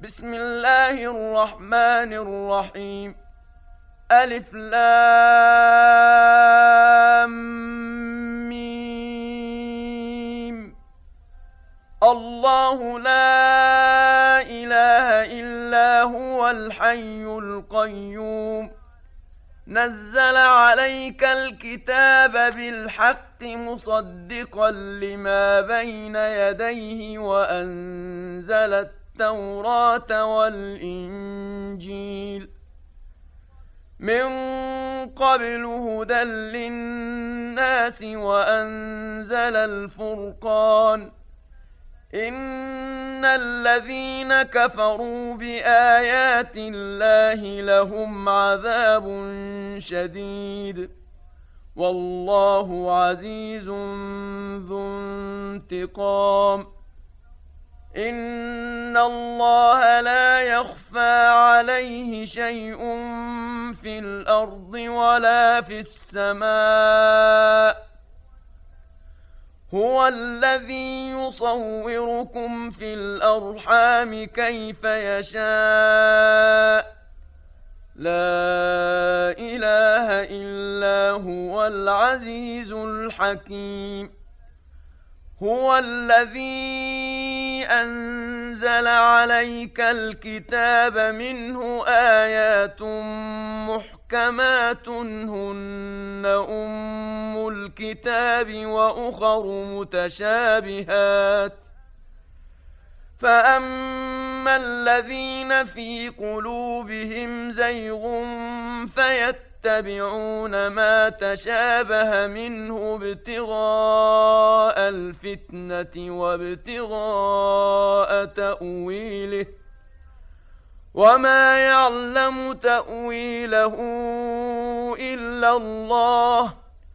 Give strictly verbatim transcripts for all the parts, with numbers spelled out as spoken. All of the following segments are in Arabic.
بسم الله الرحمن الرحيم. ألف لام ميم. الله لا إله إلا هو الحي القيوم، نزل عليك الكتاب بالحق مصدقا لما بين يديه وأنزل التوراة والإنجيل من قبل هدى للناس وأنزل الفرقان. إن الذين كفروا بآيات الله لهم عذاب شديد، والله عزيز ذو انتقام. إن الله لا يخفى عليه شيء في الأرض ولا في السماء، هو الذي يصوركم في الأرحام كيف يشاء، لا إله إلا هو العزيز الحكيم. هو الذي أنزل عليك الكتاب منه آيات محكمات هن أم الكتاب وأخر متشابهات، فأما الذين في قلوبهم زيغ فيتبعون ما تشابه منه ابتغاء الفتنة وابتغاء تأويله، وما يعلم تأويله إلا الله،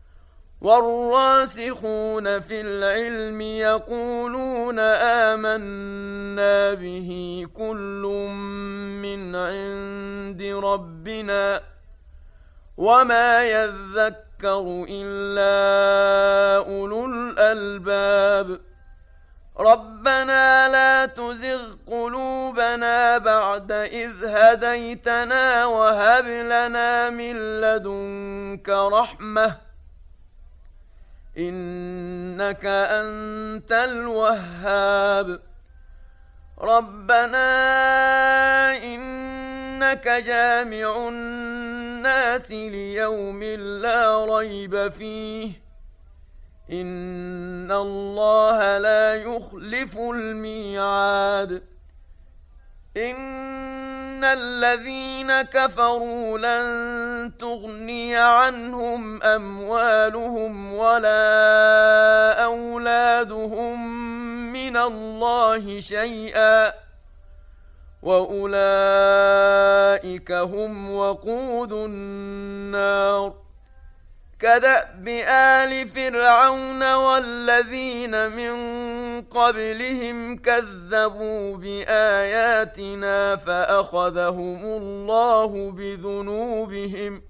والراسخون في العلم يقولون آمنا به كل من عند ربنا وما يذكر إلا أولو الألباب. ربنا لا تزغ قلوبنا بعد إذ هديتنا وهب لنا من لدنك رحمة إنك أنت الوهاب. ربنا إنك جامع الناس ليوم لا ريب فيه، إن الله لا يخلف الميعاد. إن الذين كفروا لن تغني عنهم أموالهم ولا أولادهم من الله شيئا، وأولئك هم وقود النار. كدأب آل فرعون والذين من قبلهم كذبوا بآياتنا فأخذهم الله بذنوبهم،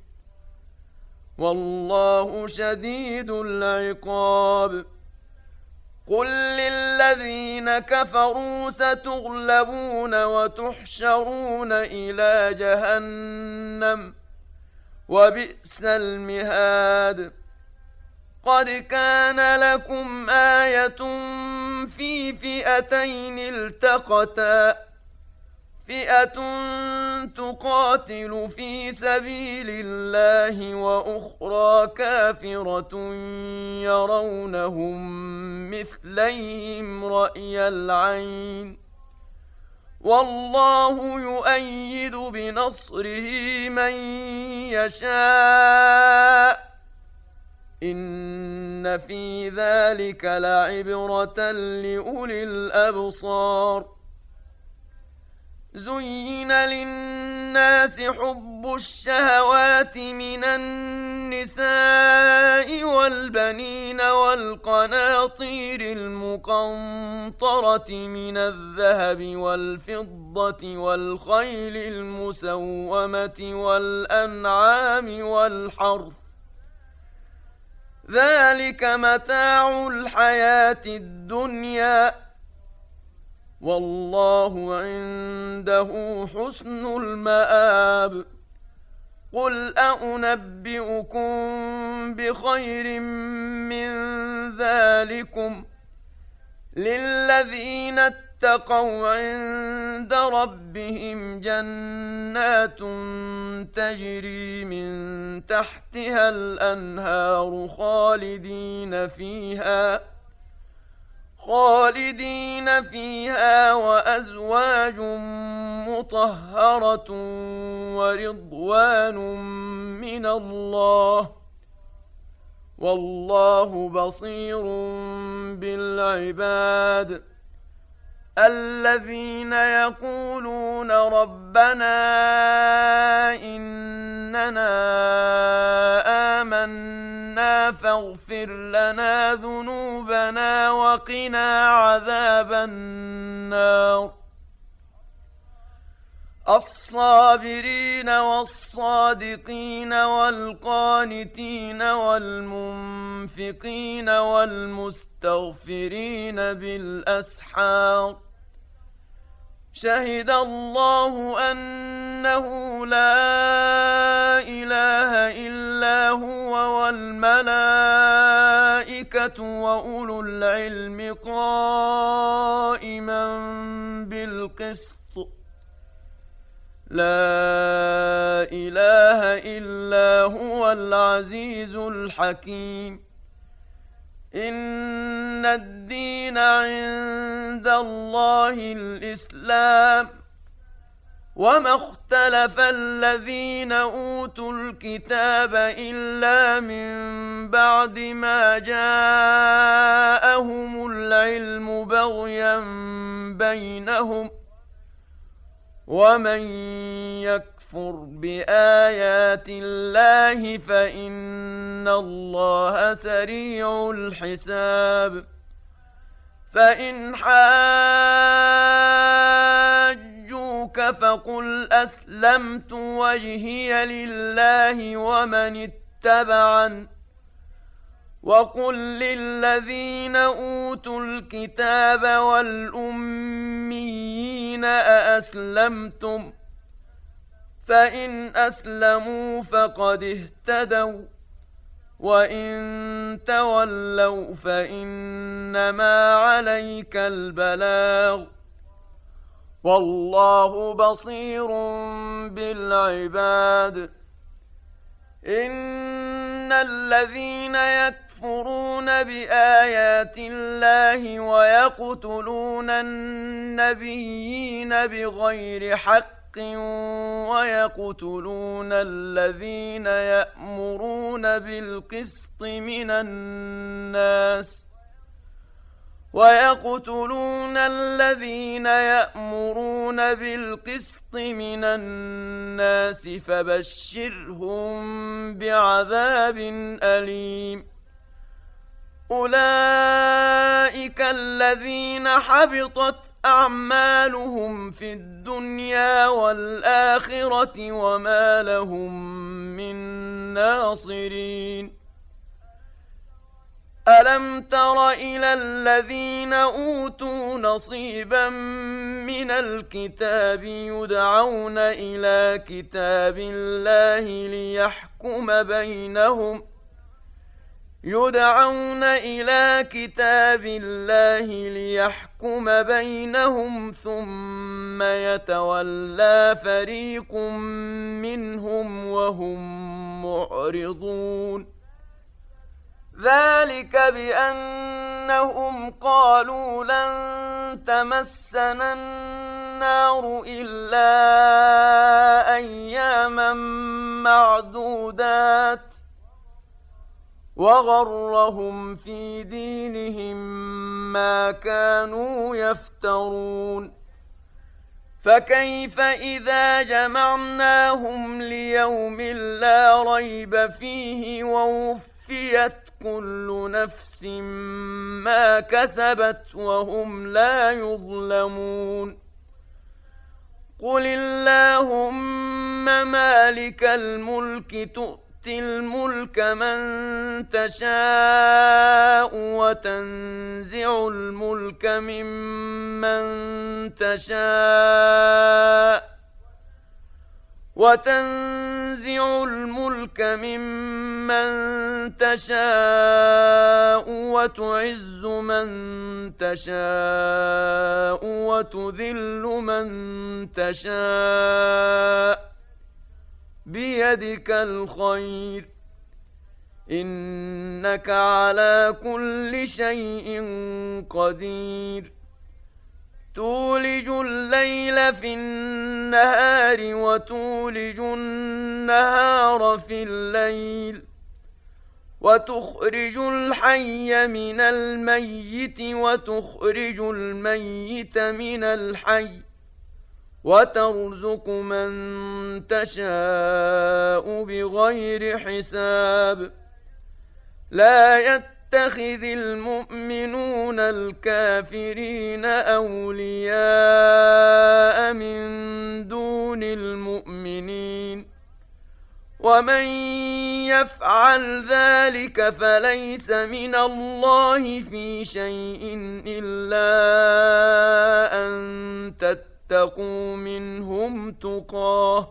والله شديد العقاب. قل للذين كفروا ستغلبون وتحشرون إلى جهنم وبئس المهاد. قد كان لكم آية في فئتين التقتا، فئة تقاتل في سبيل الله وأخرى كافرة يرونهم مثليهم رأي العين، والله يؤيد بنصره من يشاء، إن في ذلك لعبرة لأولي الأبصار. زين للناس حب الشهوات من النساء والبنين والقناطير المقنطرة من الذهب والفضة والخيل المسومة والأنعام والحرث، ذلك متاع الحياة الدنيا، والله عنده حسن المآب. قل أنبئكم بخير من ذلكم للذين اتقوا عند ربهم جنات تجري من تحتها الأنهار خالدين فيها خالدين فيها وأزواج مطهرة ورضوان من الله والله بصير بالعباد. الذين يقولون ربنا إننا آمنا فاغفر لنا ذنوبنا وقنا عذاب النار. الصابرين والصادقين والقانتين والمنفقين والمستغفرين بالأسحار. شهد الله أنه لا إله إلا هو والملائكة وأولو العلم قائما بالقسط لا إله إلا هو العزيز الحكيم. إن الدين عند الله الإسلام وما اختلف الذين أوتوا الكتاب إلا من بعد ما جاءهم العلم بغيا بينهم ومن يكفر بآيات الله فإن الله سريع الحساب. فإن حاجوك فقل أسلمت وجهي لله ومن اتبعن وقل للذين أوتوا الكتاب والأميين أأسلمتم فإن أسلموا فقد اهتدوا وإن تولوا فإنما عليك البلاغ والله بصير بالعباد. إن الذين يكفرون بآيات الله ويقتلون النبيين بغير حق ويقتلون الذين يأمرون بالقسط من الناس ويقتلون الذين يأمرون بالقسط من الناس فبشرهم بعذاب أليم. أولئك الذين حبطت أعمالهم في الدنيا والآخرة وما لهم من ناصرين. ألم تر إلى الذين أوتوا نصيبا من الكتاب يدعون إلى كتاب الله ليحكم بينهم يدعون إلى كتاب الله ليحكم بينهم ثم يتولى فريق منهم وهم معرضون. ذلك بأنهم قالوا لن تمسنا النار إلا أياما معدودات وغرهم في دينهم ما كانوا يفترون. فكيف إذا جمعناهم ليوم لا ريب فيه ووفيت كل نفس ما كسبت وهم لا يظلمون. قل اللهم مالك الملك تؤتي تؤتي الملك من تشاء وتنزع الملك ممن تشاء وتنزع الملك ممن تشاء وتعز من تشاء وتذل من تشاء بيدك الخير إنك على كل شيء قدير تولج الليل في النهار وتولج النهار في الليل وتخرج الحي من الميت وتخرج الميت من الحي وترزق من تشاء بغير حساب لا يتخذ المؤمنون الكافرين أولياء من دون المؤمنين ومن يفعل ذلك فليس من الله في شيء إلا أن تتقوا منهم تقاه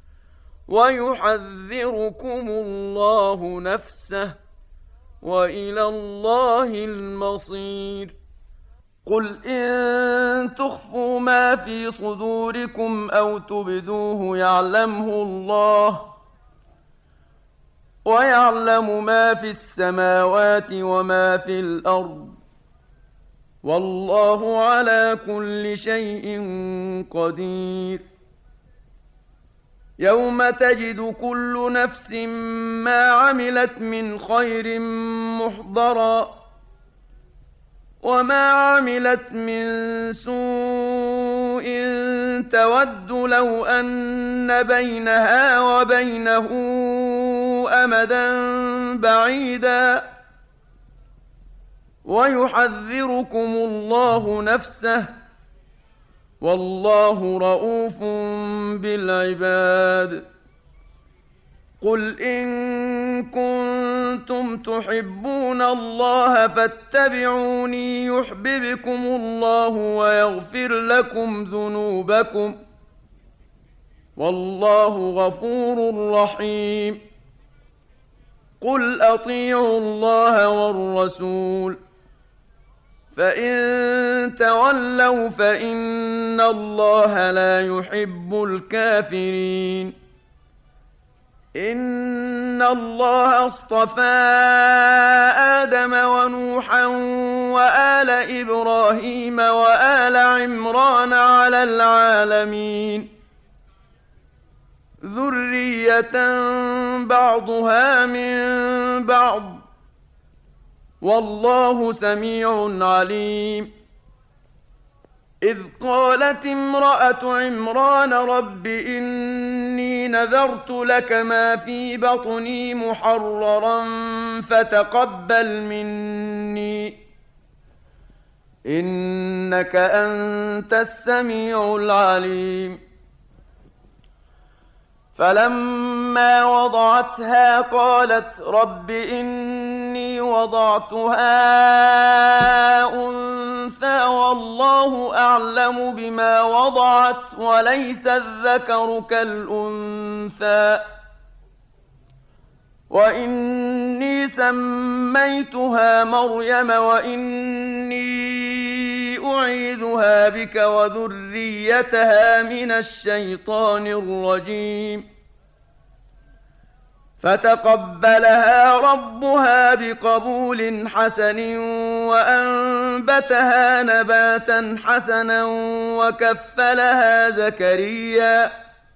ويحذركم الله نفسه وإلى الله المصير قل إن تخفوا ما في صدوركم أو تبدوه يعلمه الله ويعلم ما في السماوات وما في الأرض والله على كل شيء قدير يوم تجد كل نفس ما عملت من خير محضرا وما عملت من سوء تود لو أن بينها وبينه أمدا بعيدا ويحذركم الله نفسه والله رءوف بالعباد قل إن كنتم تحبون الله فاتبعوني يحببكم الله ويغفر لكم ذنوبكم والله غفور رحيم قل أطيعوا الله والرسول فإن تولوا فإن الله لا يحب الكافرين إن الله اصطفى آدم ونوحا وآل إبراهيم وآل عمران على العالمين ذرية بعضها من بعض والله سميع عليم إذ قالت امرأة عمران رب إني نذرت لك ما في بطني محررا فتقبل مني إنك أنت السميع العليم فلما وضعتها قالت رب إني وضعتها أنثى والله أعلم بما وضعت وليس الذكر كالأنثى وإني سميتها مريم وإني أعيذها بك وذريتها من الشيطان الرجيم فتقبلها ربها بقبول حسن وأنبتها نباتا حسنا وكفلها زكريا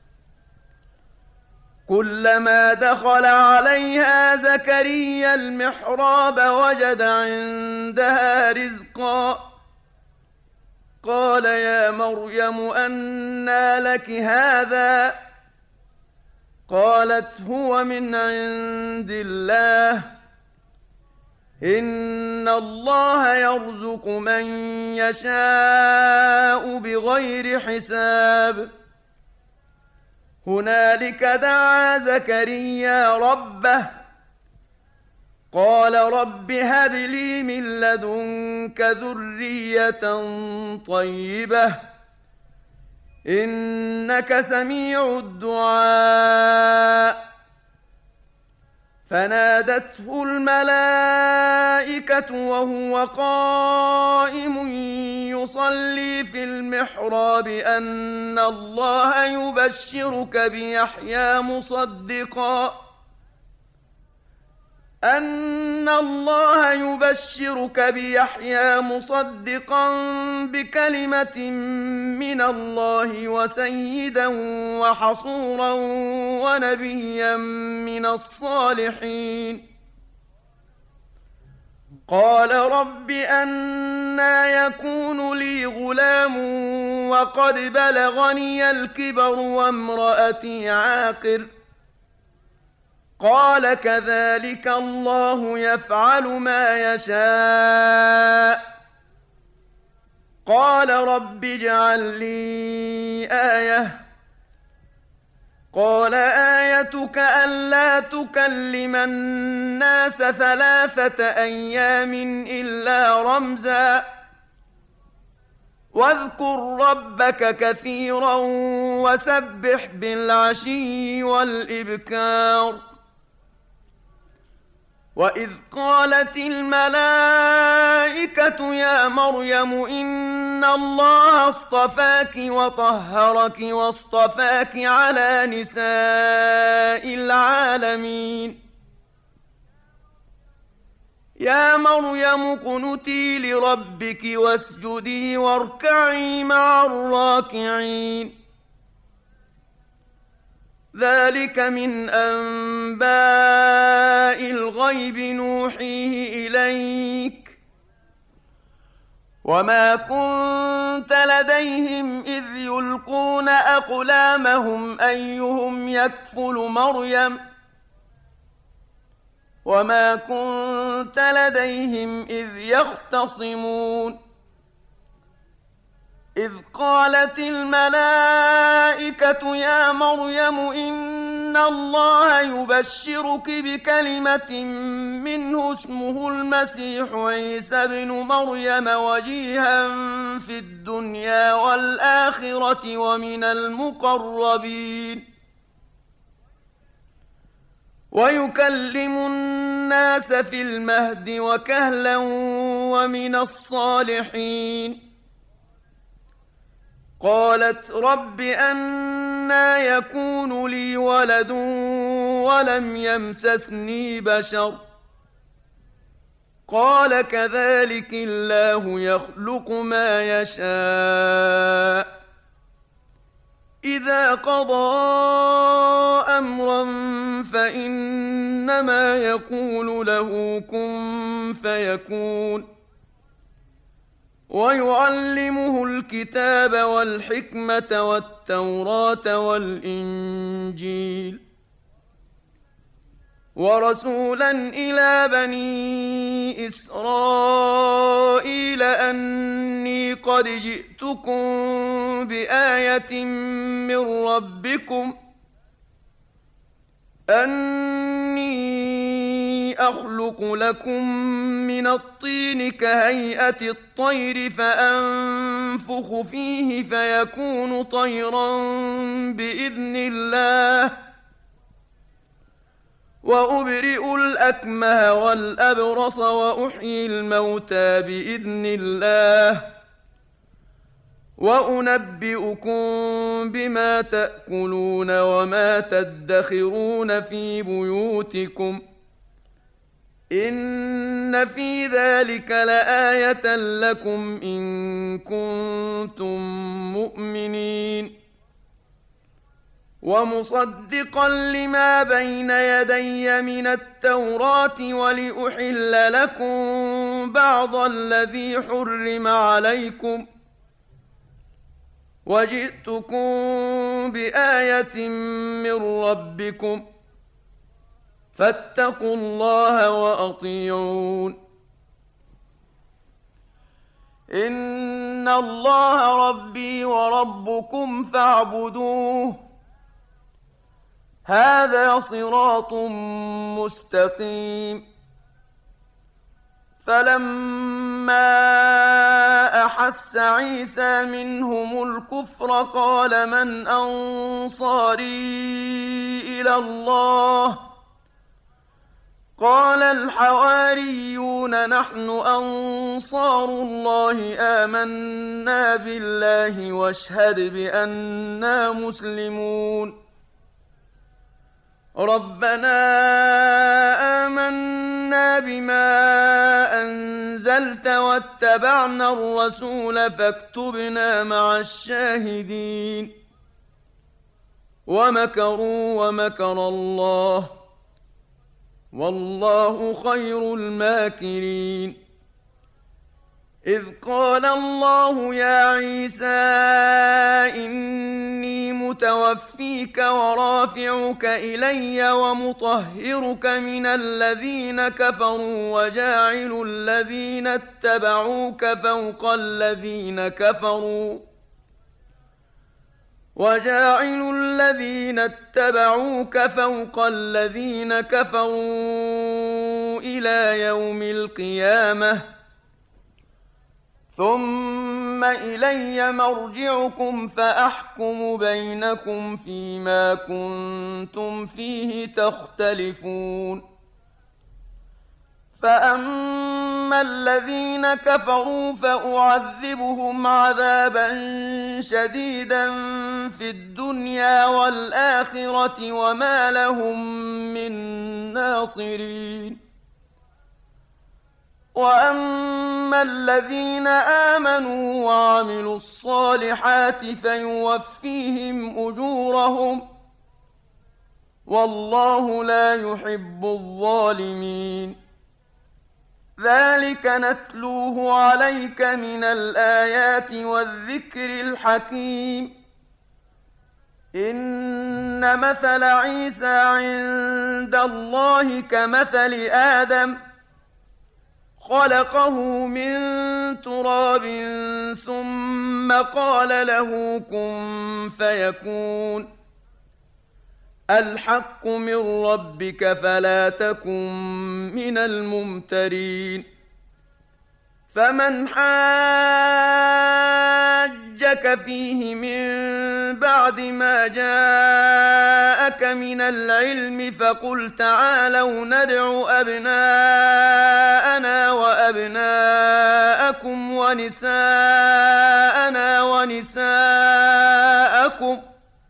كلما دخل عليها زكريا المحراب وجد عندها رزقا قال يا مريم أنى لك هذا قالت هو من عند الله إن الله يرزق من يشاء بغير حساب هنالك دعا زكريا ربه قال رب هب لي من لدنك ذرية طيبة إنك سميع الدعاء فنادته الملائكة وهو قائم يصلي في المحراب أن الله يبشرك بيحيى مصدقا أن الله يبشرك بيحيى مصدقا بكلمة من الله وسيدا وحصورا ونبيا من الصالحين قال رب أنى يكون لي غلام وقد بلغني الكبر وامرأتي عاقر قال كذلك الله يفعل ما يشاء قال رب اجعل لي آية قال آيتك ألا تكلم الناس ثلاثة أيام إلا رمزا واذكر ربك كثيرا وسبح بالعشي والإبكار وإذ قالت الملائكة يا مريم إن الله اصطفاك وطهرك واصطفاك على نساء العالمين يا مريم اقنتي لربك واسجدي واركعي مع الراكعين ذلك من أنباء الغيب نوحيه إليك وما كنت لديهم إذ يلقون أقلامهم أيهم يكفل مريم وما كنت لديهم إذ يختصمون إذ قالت الملائكة يا مريم إن الله يبشرك بكلمة منه اسمه المسيح عيسى بن مريم وجيها في الدنيا والآخرة ومن المقربين ويكلم الناس في المهد وكهلا ومن الصالحين قالت رب أنى يكون لي ولد ولم يمسسني بشر قال كذلك الله يخلق ما يشاء إذا قضى أمرا فإنما يقول له كن فيكون ويعلمه الكتاب والحكمة والتوراة والإنجيل ورسولا إلى بني إسرائيل أني قد جئتكم بآية من ربكم أني أخلق لكم من الطين كهيئة الطير فأنفخ فيه فيكون طيرا بإذن الله وأبرئ الأكمه والأبرص وأحيي الموتى بإذن الله وأنبئكم بما تأكلون وما تدخرون في بيوتكم إن في ذلك لآية لكم إن كنتم مؤمنين ومصدقا لما بين يدي من التوراة ولأحل لكم بعض الذي حرم عليكم وجئتكم بآية من ربكم فاتقوا الله وأطيعون إن الله ربي وربكم فاعبدوه هذا صراط مستقيم. فلما أحس عيسى منهم الكفر قال من أنصاري إلى الله قال الحواريون نحن أنصار الله آمنا بالله واشهد بأننا مسلمون. ربنا آمنا بما أنزلت واتبعنا الرسول فاكتبنا مع الشاهدين. ومكروا ومكر الله والله خير الماكرين. إذ قال الله يا عيسى إني متوفيك ورافعك إلي ومطهرك من الذين كفروا وجاعل الذين اتبعوك فوق الذين كفروا وجاعل الذين اتبعوك فوق الذين كفروا إلى يوم القيامة ثم إلي مرجعكم فأحكم بينكم فيما كنتم فيه تختلفون. فأما الذين كفروا فأعذبهم عذابا شديدا في الدنيا والآخرة وما لهم من ناصرين. وأما الذين آمنوا وعملوا الصالحات فيوفيهم أجورهم والله لا يحب الظالمين. ذلك نتلوه عليك من الآيات والذكر الحكيم. إن مثل عيسى عند الله كمثل آدم خلقه من تراب ثم قال له كن فيكون. الحق من ربك فلا تكن من الممترين. فمن حاجك فيه من بعد ما جاءك من العلم فقل تعالوا ندع أبناءنا وأبناءكم ونساءنا ونساءكم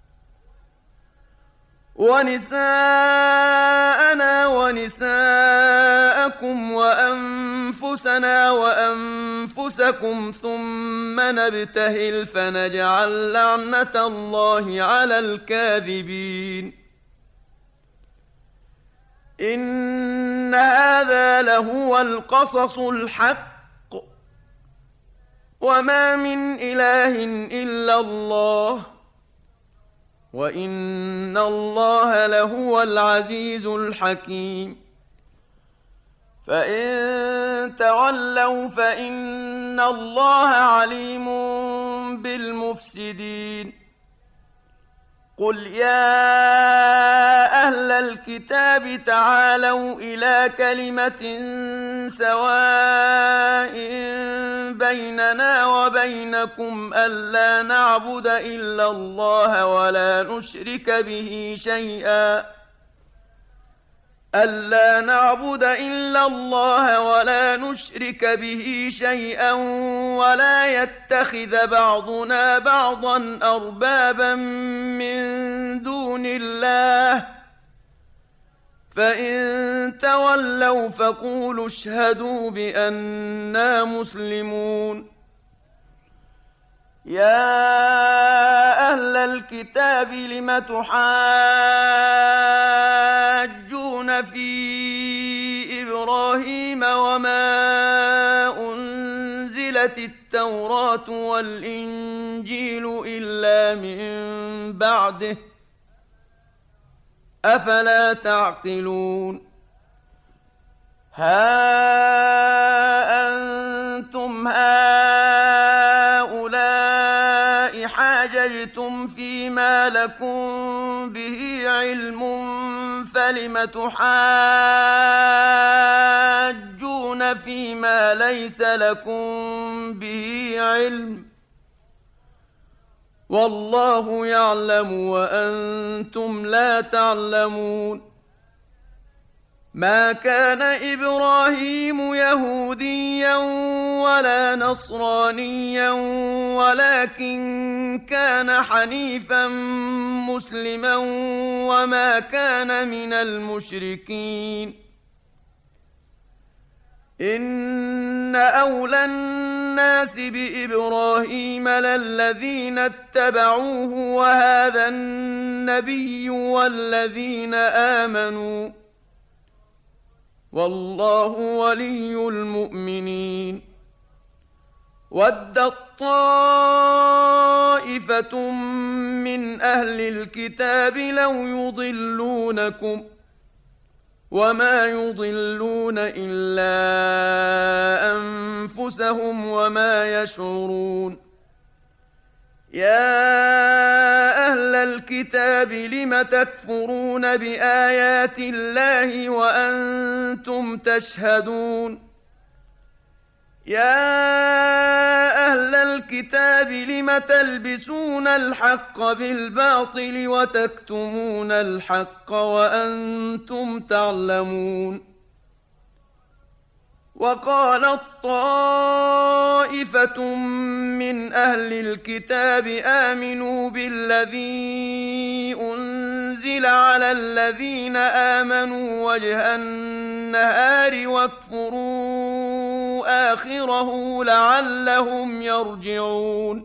ونساءنا ونساءكم وأنفسنا وأنفسكم ثم نبتهل فنجعل لعنة الله على الكاذبين. إن هذا لهو القصص الحق وما من إله إلا الله وإن الله لهو العزيز الحكيم. فإن تولوا فإن الله عليم بالمفسدين. قل يا أهل الكتاب تعالوا إلى كلمة سواء بيننا وبينكم ألا نعبد إلا الله ولا نشرك به شيئا ألا نعبد إلا الله ولا نشرك به شيئا ولا يتخذ بعضنا بعضا أربابا من دون الله فإن تولوا فقولوا اشهدوا بأننا مسلمون. يا أهل الكتاب لم تحاجون في إبراهيم وما أنزلت التوراة والإنجيل إلا من بعده أفلا تعقلون. ها أنتم هؤلاء حاججتم فيما لكم به علم فلم تحاجون فيما ليس لكم به علم والله يعلم وأنتم لا تعلمون ما كان إبراهيم يهوديا ولا نصرانيا ولكن كان حنيفا مسلما وما كان من المشركين إن أولى الناس بإبراهيم للذين اتبعوه وهذا النبي والذين آمنوا والله ولي المؤمنين ودت طائفة من أهل الكتاب لو يضلونكم وما يضلون إلا أنفسهم وما يشعرون يا أهل الكتاب لم تكفرون بآيات الله وأنتم تشهدون يا أهل الكتاب لم تلبسون الحق بالباطل وتكتمون الحق وأنتم تعلمون وقالت طائفة من أهل الكتاب آمنوا بالذي أنزل على الذين آمنوا وجه النهار واكفروا آخره لعلهم يرجعون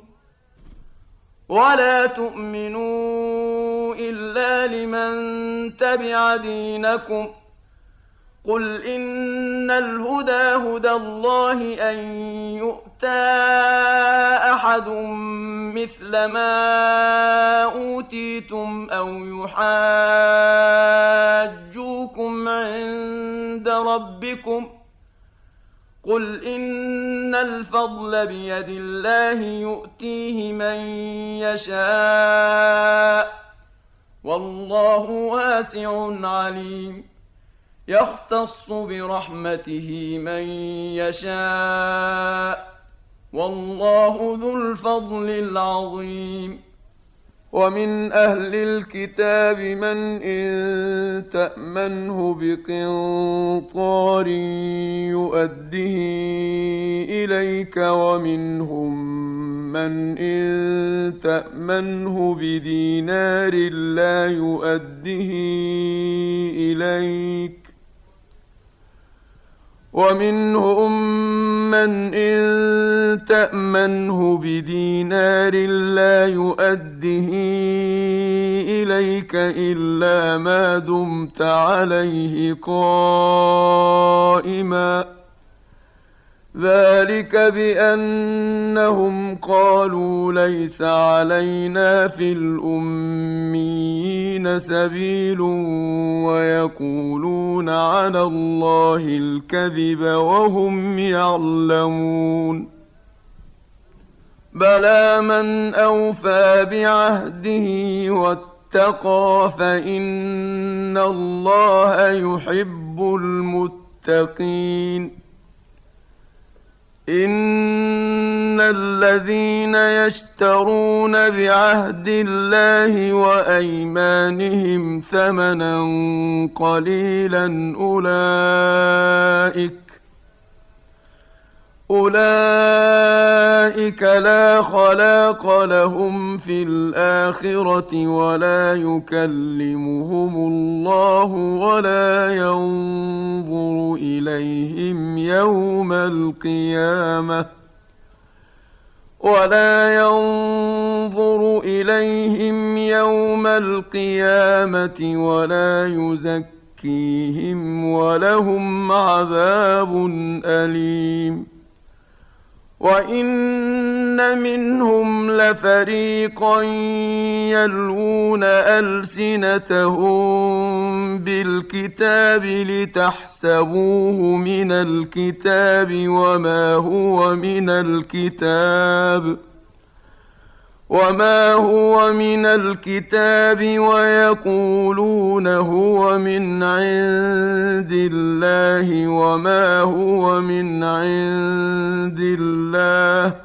ولا تؤمنوا إلا لمن تبع دينكم قل إن الهدى هدى الله أن يؤتى أحد مثل ما أوتيتم أو يحاجوكم عند ربكم قل إن الفضل بيد الله يؤتيه من يشاء والله واسع عليم يختص برحمته من يشاء والله ذو الفضل العظيم ومن أهل الكتاب من إن تأمنه بقنطار يؤده إليك ومنهم من إن تأمنه بدينار لا يؤده إليك ومنهم من إن تأمنه بدينار لا يؤده إليك إلا ما دمت عليه قائما ذلك بأنهم قالوا ليس علينا في الأميين سبيل ويقولون على الله الكذب وهم يعلمون بلى من أوفى بعهده واتقى فإن الله يحب المتقين إن الذين يشترون بعهد الله وأيمانهم ثمنا قليلا أولئك أولئك لا خلاق لهم في الآخرة ولا يكلمهم الله ولا ينظر إليهم يوم القيامة ولا ينظر إليهم يوم القيامة ولا يزكيهم ولهم عذاب أليم وإن منهم لفريقا يلوون ألسنتهم بالكتاب لتحسبوه من الكتاب وما هو من الكتاب وما هو من الكتاب ويقولون هو من عند الله وما هو من عند الله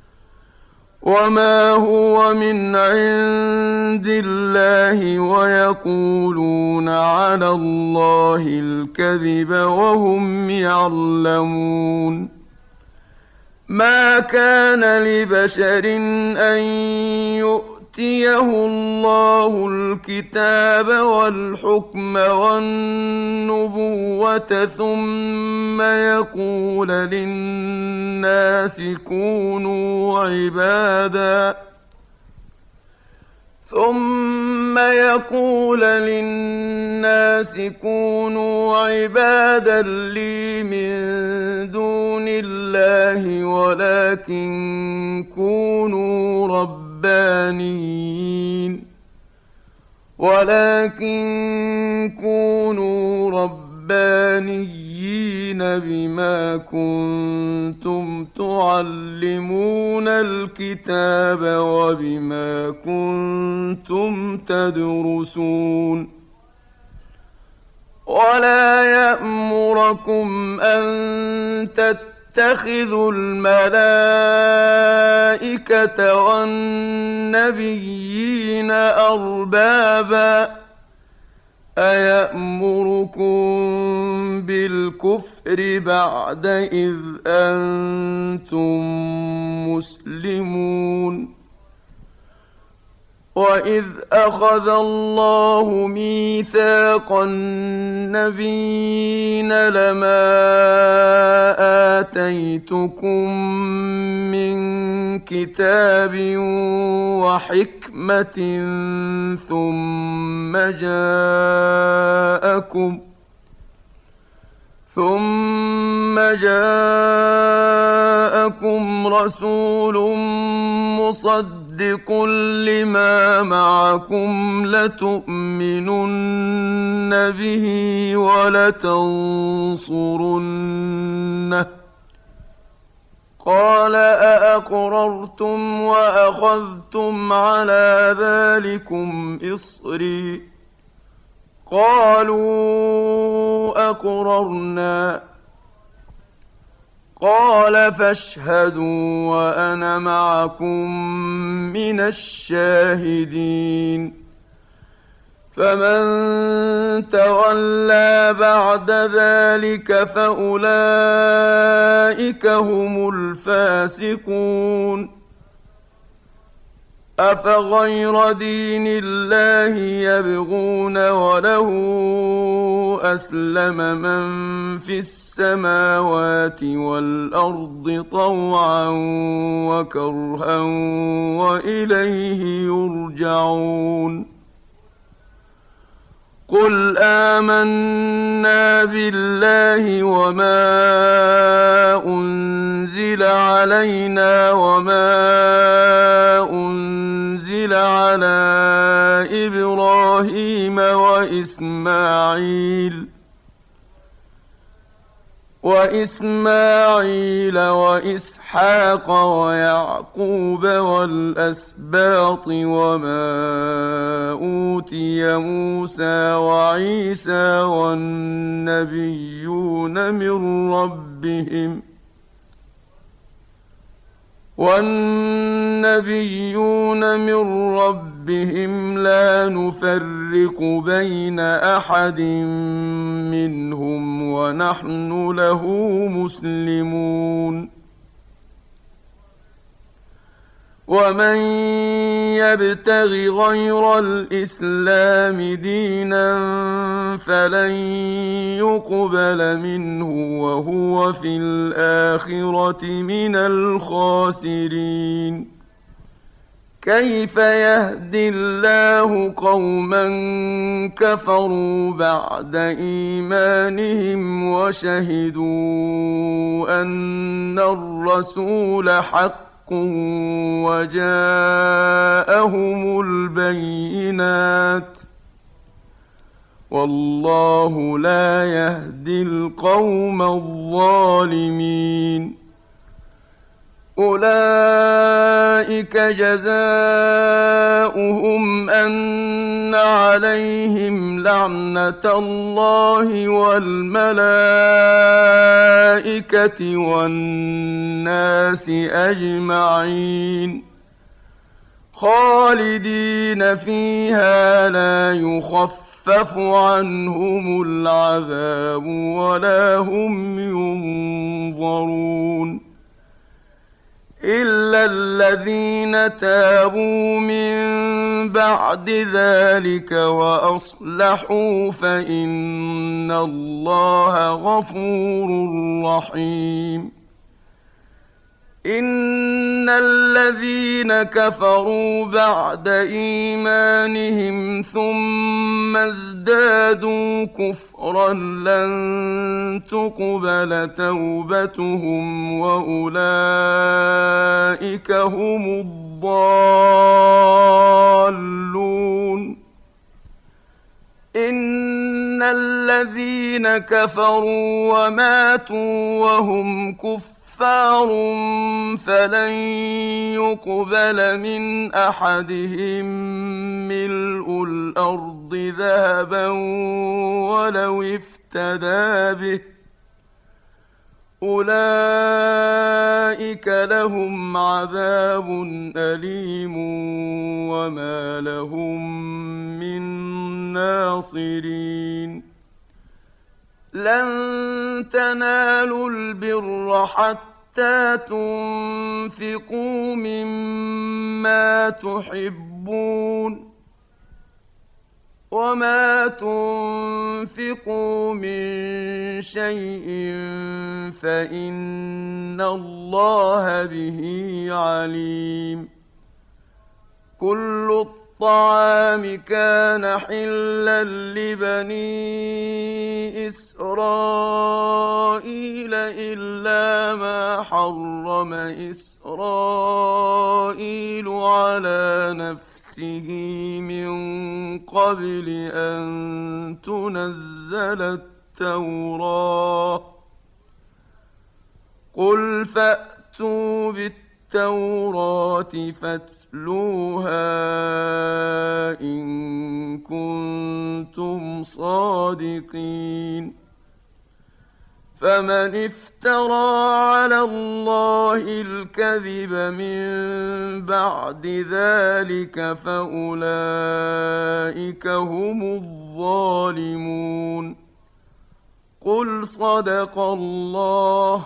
وما هو من عند الله ويقولون على الله الكذب وهم يعلمون. ما كان لبشر أن يؤتيه الله الكتاب والحكم والنبوة ثم يقول للناس كونوا عبادا ثم يقول للناس كونوا عبادا لي من دون الله ولكن كونوا ربانيين ولكن كونوا ربانيين بما كنتم تعلمون الكتاب وبما كنتم تدرسون. ولا يأمركم أن تتخذوا الملائكة والنبيين أربابا أيأمركم بالكفر بعد إذ أنتم مسلمون. وإذ أخذ الله ميثاق النبيين لما آتيتكم من كتاب وحكمة ثم جاءكم ثم جاءكم رسول مصدق لما معكم لتؤمنن به ولتنصرنه قال أأقررتم وأخذتم على ذلكم إصري قالوا أقررنا قال فاشهدوا وأنا معكم من الشاهدين. فمن تولى بعد ذلك فأولئك هم الفاسقون. أفغير دين الله يبغون وله أسلم من في السماوات والأرض طوعا وكرها وإليه يرجعون. قل آمنا بالله وما أنزل علينا وما أنزل على إبراهيم وإسماعيل وإسماعيل وإسحاق ويعقوب والأسباط وما أوتي موسى وعيسى والنبيون من ربهم والنبيون من ربهم لا نفرق بين أحد منهم ونحن له مسلمون. ومن يبتغ غير الإسلام دينا فلن يقبل منه وهو في الآخرة من الخاسرين. كيف يهدي الله قوما كفروا بعد إيمانهم وشهدوا أن الرسول حق وجاءهم البينات والله لا يهدي القوم الظالمين. أولئك جزاؤهم أن عليهم لعنة الله والملائكة والناس أجمعين خالدين فيها لا يخفف عنهم العذاب ولا هم ينظرون إلا الذين تابوا من بعد ذلك وأصلحوا فإن الله غفور رحيم إن الذين كفروا بعد إيمانهم ثم ازدادوا كفرا لن تقبل توبتهم وأولئك هم الضالون إن الذين كفروا وماتوا وهم كفار كفار فلن يقبل من أحدهم ملء الأرض ذهبا ولو افتدى به أولئك لهم عذاب أليم وما لهم من ناصرين لن تنالوا البر حتى تنفقوا مما تحبون وما تنفقوا من شيء فإن الله به عليم كل الطعام كان حلا لبني إسرائيل إلا ما حرم إسرائيل على نفسه من قبل أن تنزل التوراة قل فأتوا بالتوراة التوراة فاتلوها إن كنتم صادقين فمن افترى على الله الكذب من بعد ذلك فأولئك هم الظالمون قل صدق الله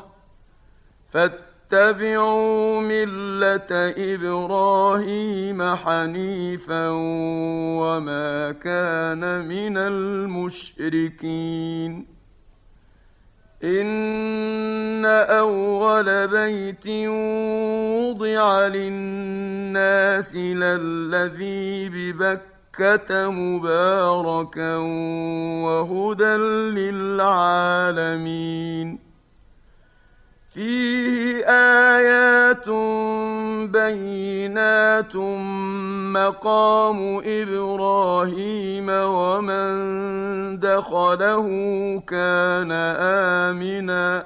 اتبعوا ملة إبراهيم حنيفا وما كان من المشركين إن أول بيت وضع للناس للذي ببكة مباركا وهدى للعالمين فيه آيات بينات مقام إبراهيم ومن دخله كان آمنا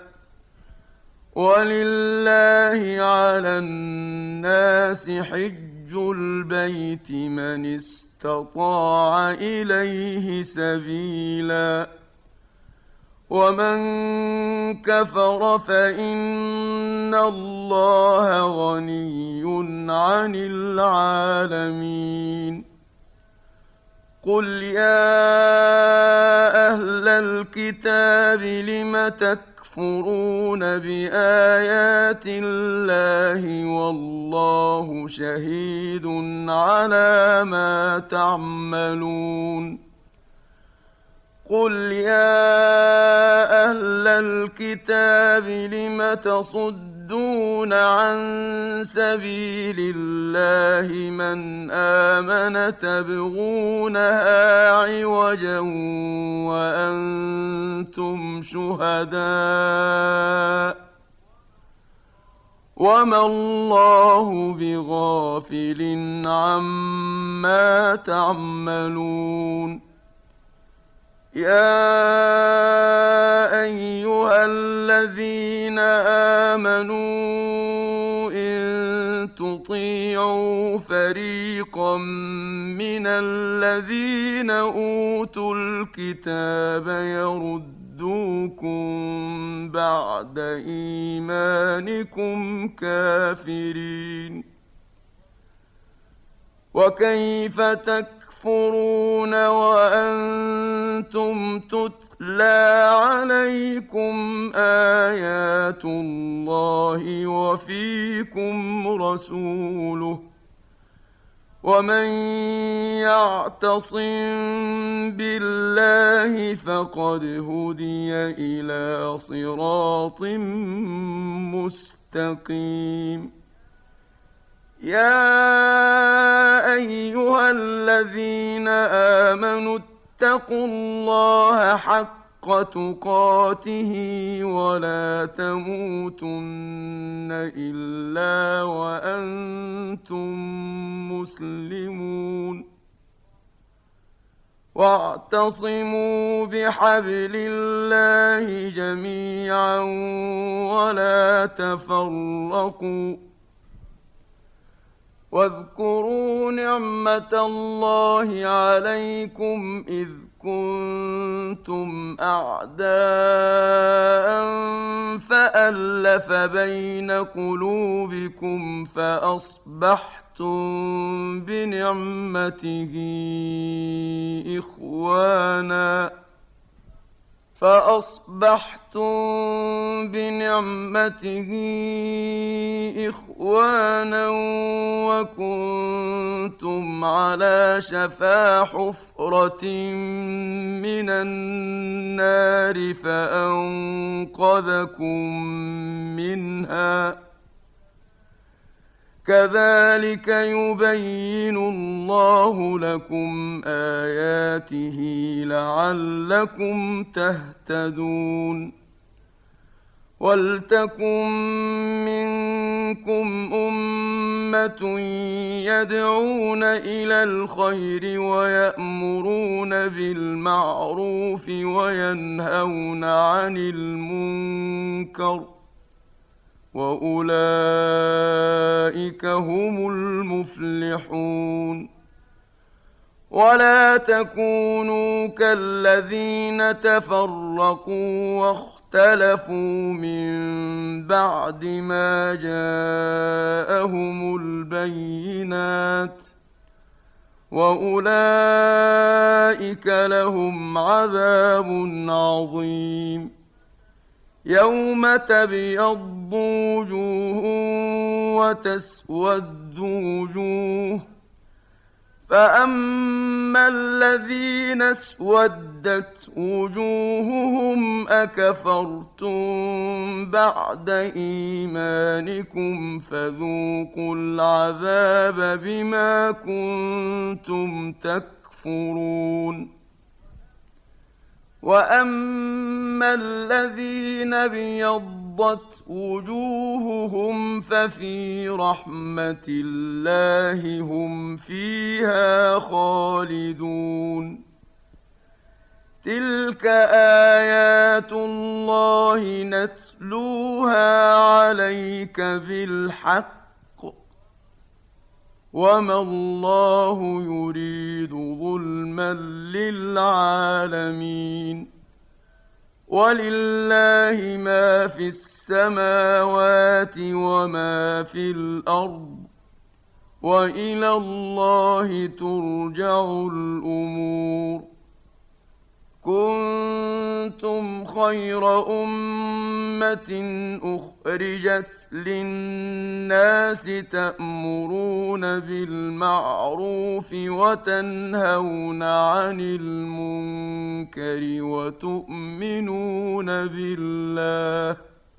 ولله على الناس حج البيت من استطاع إليه سبيلا ومن كفر فإن الله غني عن العالمين قل يا أهل الكتاب لم تكفرون بآيات الله والله شهيد على ما تعملون قل يا أهل الكتاب لم تصدون عن سبيل الله من آمن تبغونها عوجا وأنتم شهداء وما الله بغافل عما تعملون يا أيها الذين آمنوا إن تطيعوا فريقا من الذين أوتوا الكتاب يردوكم بعد إيمانكم كافرين وكيف تكفرون وأنتم تتلى عليكم آيات الله وفيكم رسوله ومن يعتصم بالله فقد هدي إلى صراط مستقيم يا أيها الذين آمنوا اتقوا الله حق تقاته ولا تموتن إلا وأنتم مسلمون واعتصموا بحبل الله جميعا ولا تفرقوا واذكروا نعمة الله عليكم إذ كنتم أعداء فألف بين قلوبكم فأصبحتم بنعمته إخوانا فأصبحتم بنعمته إخوانا وكنتم على شفا حفرة من النار فأنقذكم منها كذلك يبين الله لكم آياته لعلكم تهتدون ولتكن منكم أمة يدعون إلى الخير ويأمرون بالمعروف وينهون عن المنكر وأولئك هم المفلحون ولا تكونوا كالذين تفرقوا واختلفوا من بعد ما جاءهم البينات وأولئك لهم عذاب عظيم يوم تبيض وجوه وتسود وجوه فأما الذين اسودت وجوههم أكفرتم بعد إيمانكم فذوقوا العذاب بما كنتم تكفرون وأما الذين ابيضت وجوههم ففي رحمة الله هم فيها خالدون تلك آيات الله نتلوها عليك بالحق وما الله يريد ظلما للعالمين ولله ما في السماوات وما في الأرض وإلى الله ترجع الأمور كنتم خير أمة أخرجت للناس تأمرون بالمعروف وتنهون عن المنكر وتؤمنون بالله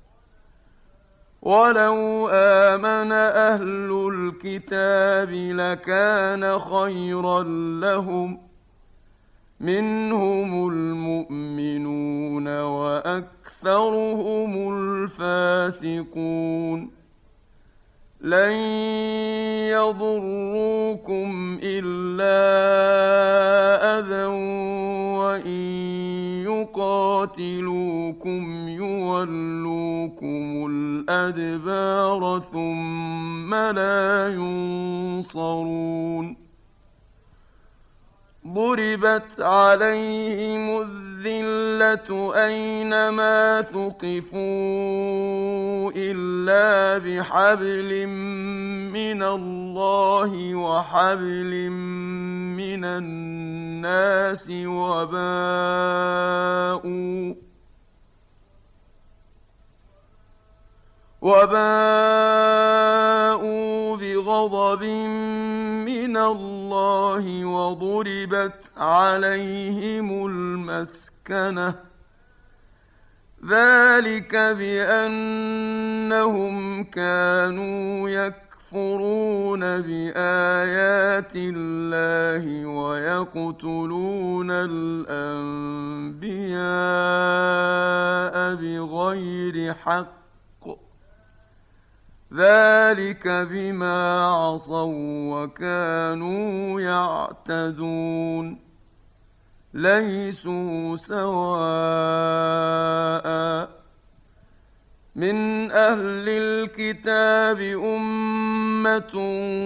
ولو آمن أهل الكتاب لكان خيرا لهم منهم المؤمنون وأكثرهم الفاسقون لن يضروكم إلا أذى وإن قاتلوكم يولوكم الأدبار ثم لا ينصرون ضربت عليهم الذلة أينما ثقفوا إلا بحبل من الله وحبل من الناس وباءوا وباءوا بغضب من الله وضربت عليهم المسكنة ذلك بأنهم كانوا يكفرون بآيات الله ويقتلون الأنبياء بغير حق ذلك بما عصوا وكانوا يعتدون ليسوا سواء من أهل الكتاب أمة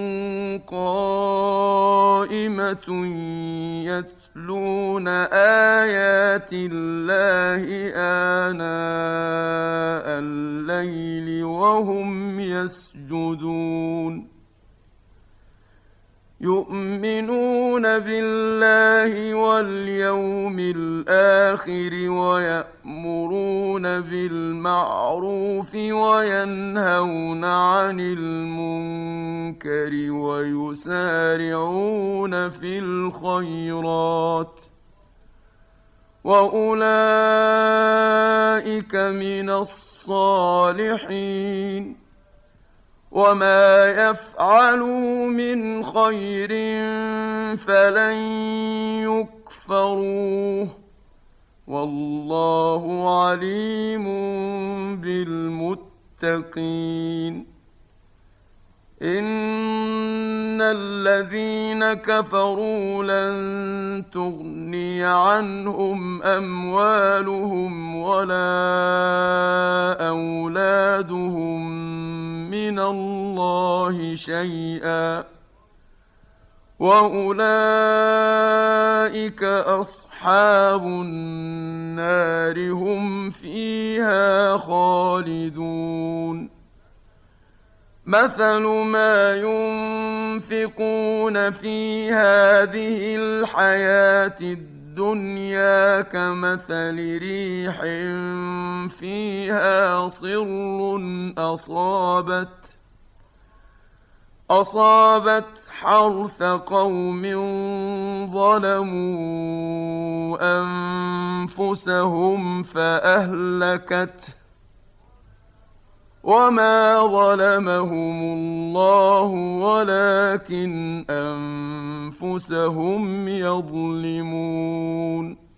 قائمة يتلون آيات الله آناء الليل وهم يسجدون يؤمنون بالله واليوم الآخر ويأمرون بالمعروف وينهون عن المنكر ويسارعون في الخيرات وأولئك من الصالحين وما يفعلوا من خير فلن يكفروه والله عليم بالمتقين إن الذين كفروا لن تغني عنهم أموالهم ولا أولادهم من الله شيئا وأولئك أصحاب النار هم فيها خالدون مثل ما ينفقون في هذه الحياة الدنيا كمثل ريح فيها صر أصابت أصابت حرث قوم ظلموا أنفسهم فأهلكته وما ظلمهم الله ولكن أنفسهم يظلمون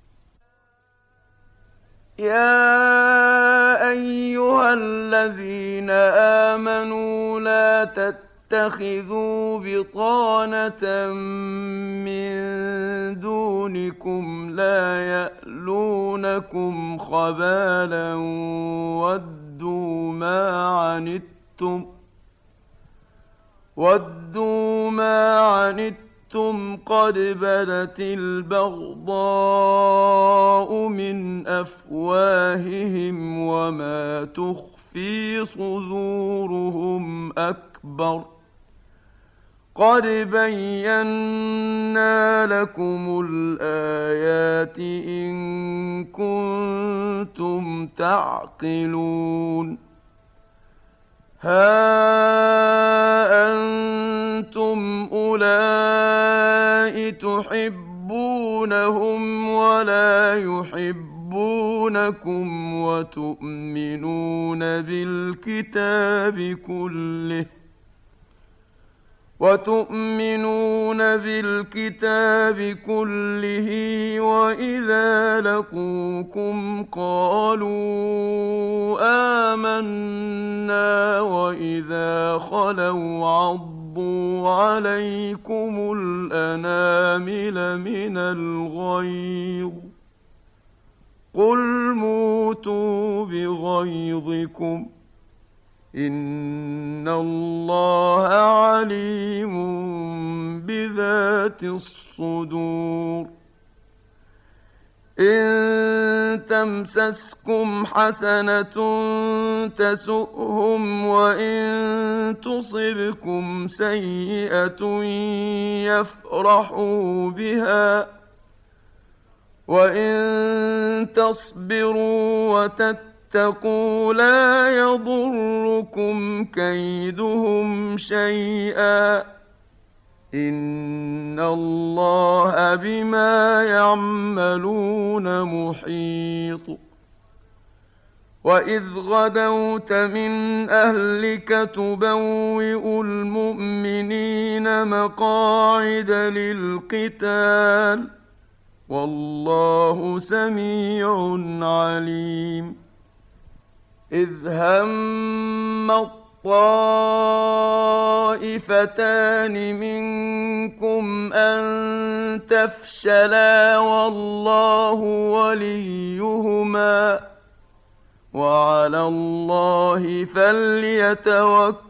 يا أيها الذين آمنوا لا تتخذوا بطانة من دونكم لا يألونكم خبالا ودوا ما عنتم ودوا ما عنتم قد بدت البغضاء من أفواههم وما تخفي صدورهم أكبر قد بينا لكم الآيات إن كنتم تعقلون ها أنتم أولئك تحبونهم ولا يحبونكم وتؤمنون بالكتاب كله وتؤمنون بالكتاب كله وإذا لقوكم قالوا آمنا وإذا خلوا عضوا عليكم الأنامل من الغيظ قل موتوا بغيظكم إن الله عليم بذات الصدور. إن تمسسكم حسنة تسؤهم وإن تصبكم سيئة يفرحوا بها وإن تصبروا وتتقوا لا يضركم كيدهم شيئا إن الله بما يعملون محيط. وإذ غدوت من أهلك تبوئ المؤمنين مقاعد للقتال والله سميع عليم. إذ هم الطائفتان منكم أن تفشلا والله وليهما وعلى الله فليتوكل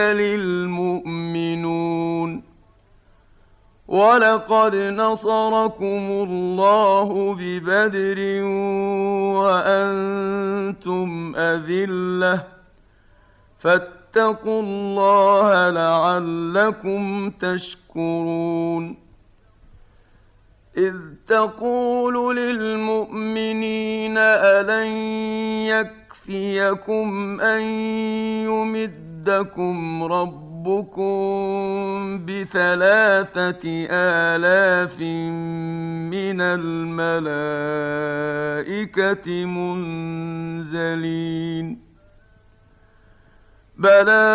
المؤمنون. ولقد نصركم الله ببدر وأنتم أذلة فاتقوا الله لعلكم تشكرون. إذ تقول للمؤمنين ألن يكفيكم أن يمدكم ربكم بثلاثة آلاف من الملائكة منزلين بلى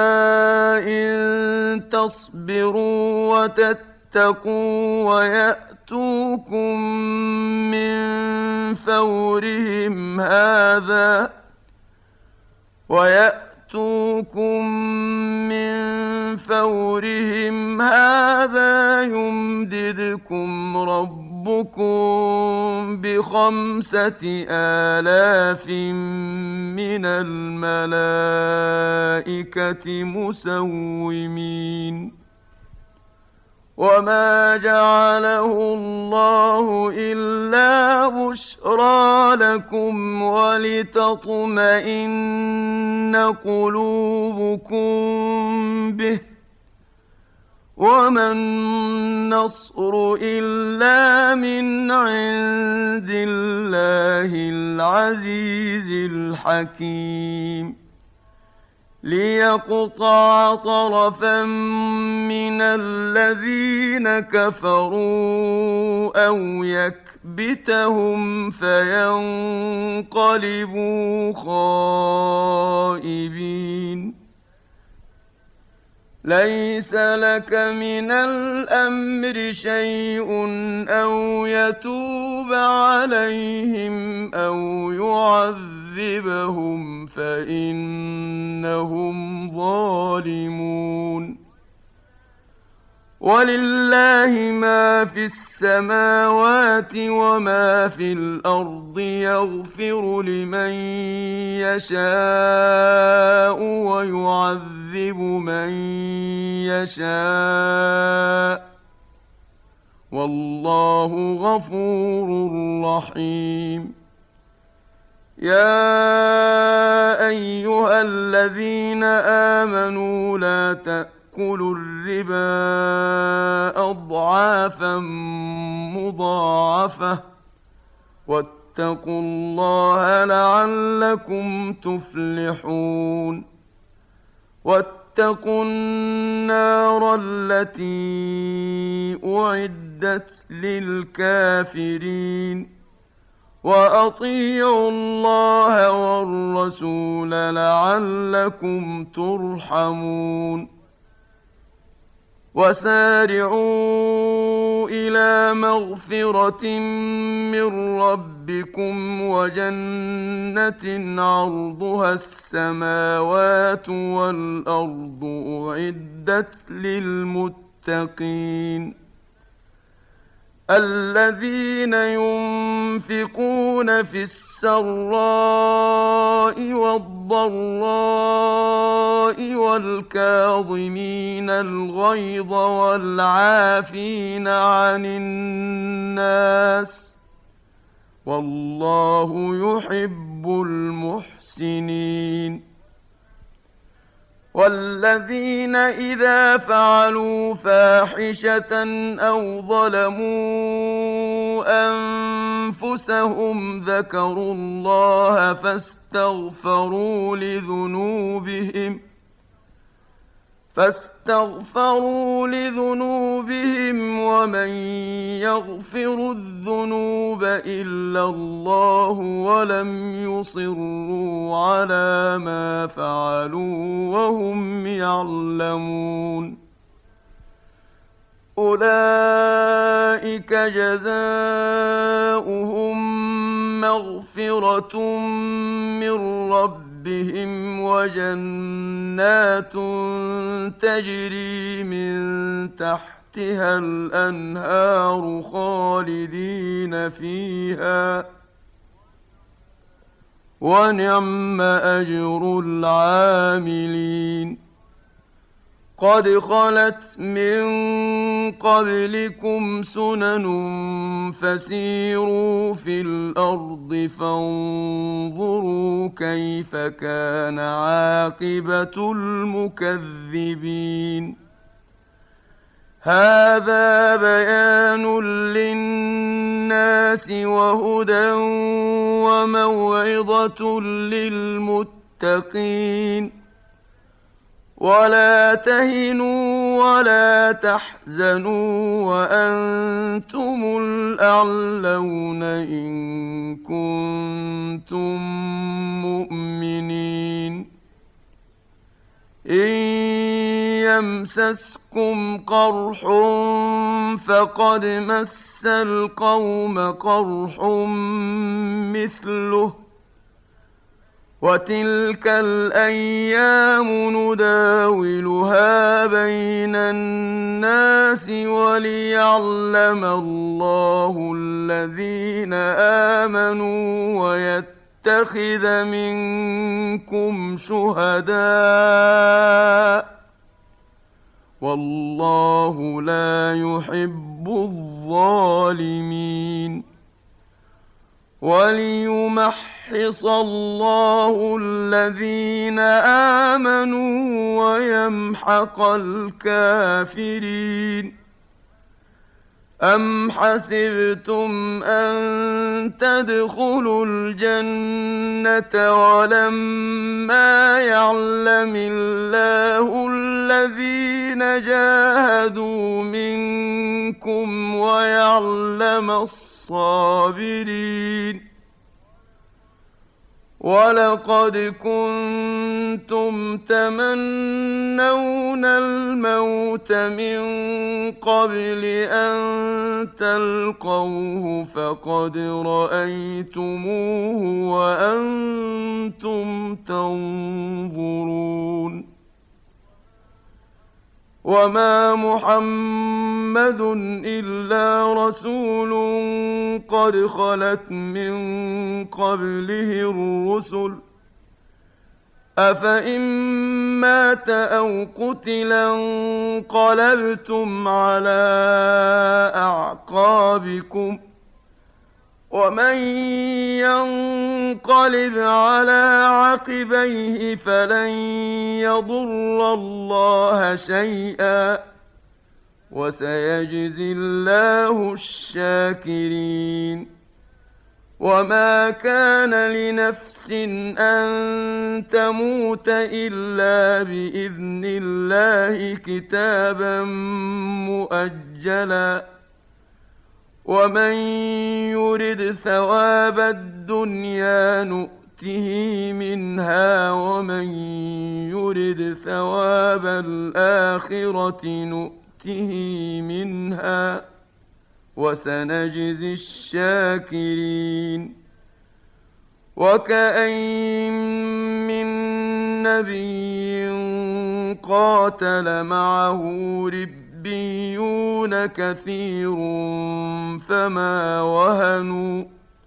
إن تصبروا وتتقوا ويأتوكم من فورهم هذا ويأتوكم من فورهم هذا يمددكم ربكم بخمسة آلاف من الملائكة مسومين. وما جعله الله إلا بشرى لكم ولتطمئن قلوبكم به وما النصر إلا من عند الله العزيز الحكيم. ليقطع طرفا من الذين كفروا أو يكبتهم فينقلبوا خائبين. ليس لك من الأمر شيء أو يتوب عليهم أو يعذبهم فإنهم ظالمون. ولله ما في السماوات وما في الأرض يغفر لمن يشاء ويعذب من يشاء والله غفور رحيم. يا أيها الذين آمنوا لا تأكلوا الربا أضعافا مضاعفة واتقوا الله لعلكم تفلحون. واتقوا النار التي أعدت للكافرين وأطيعوا الله والرسول لعلكم ترحمون. وسارعوا إلى مغفرة من ربكم وجنة عرضها السماوات والأرض أعدت للمتقين الذين ينفقون في السراء والضراء والكاظمين الغيظ والعافين عن الناس والله يحب المحسنين. والذين إذا فعلوا فاحشة أو ظلموا أنفسهم ذكروا الله فاستغفروا لذنوبهم فاستغفروا لذنوبهم ومن يغفر الذنوب إلا الله ولم يصروا على ما فعلوا وهم يعلمون أولئك جزاؤهم مغفرة من ربهم وجنات تجري من تحتها الأنهار خالدين فيها ونعم أجر العاملين. قد خلت من قبلكم سنن فسيروا في الأرض فانظروا كيف كان عاقبة المكذبين. هذا بيان للناس وهدى وموعظة للمتقين. ولا تهنوا ولا تحزنوا وأنتم الأعلون إن كنتم مؤمنين. إن يمسسكم قرح فقد مس القوم قرح مثله وتلك الأيام نداولها بين الناس وليعلم الله الذين آمنوا ويتخذ منكم شهداء والله لا يحب الظالمين. وليمحص الله الذين آمنوا ويمحق الكافرين. أم حسبتم أن تدخلوا الجنة ولما يعلم الله الذين جاهدوا منكم ويعلم الصابرين. ولقد كنتم تمنون الموت من قبل أن تلقوه فقد رأيتموه وأنتم تنظرون. وما محمد إلا رسول قد خلت من قبله الرسل أفإن مات أو قتلا انقلبتم على أعقابكم ومن ينقلب على عقبيه فلن يضر الله شيئا وسيجزي الله الشاكرين. وما كان لنفس أن تموت إلا بإذن الله كتابا مؤجلا ومن يرد ثواب الدنيا نؤته منها ومن يرد ثواب الآخرة نؤته منها وسنجزي الشاكرين. وكأين من نبي قاتل معه ربيون ربيون كثير فما وهنوا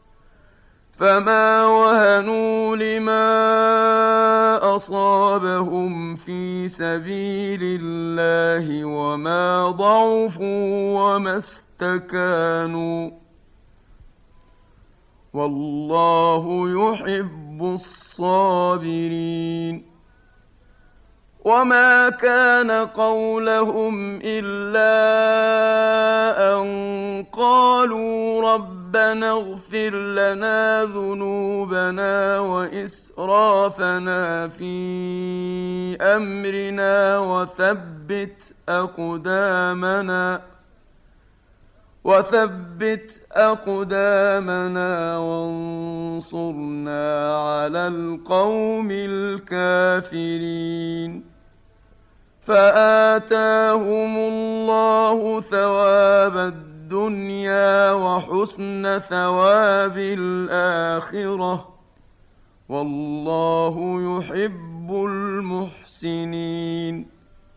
فما وهنوا لما أصابهم في سبيل الله وما ضعفوا وما استكانوا والله يحب الصابرين. وما كان قولهم إلا أن قالوا ربنا اغفر لنا ذنوبنا وإسرافنا في أمرنا وثبت أقدامنا وثبت أقدامنا وانصرنا على القوم الكافرين. فآتاهم الله ثواب الدنيا وحسن ثواب الآخرة والله يحب المحسنين.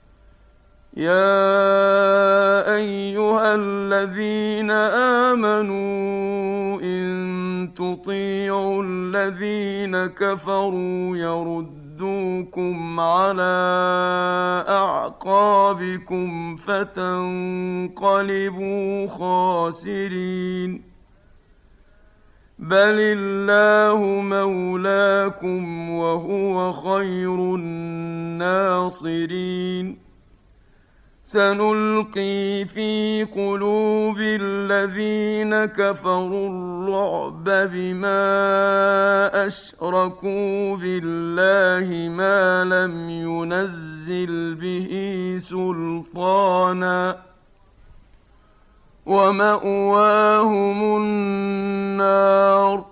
يا أيها الذين آمنوا إن تطيعوا الذين كفروا يردوكم على أعقابكم فتنقلبوا خاسرين. بل الله مولاكم وهو خير الناصرين. سنلقي في قلوب الذين كفروا الرعب بما أشركوا بالله ما لم ينزل به سلطانا ومأواهم النار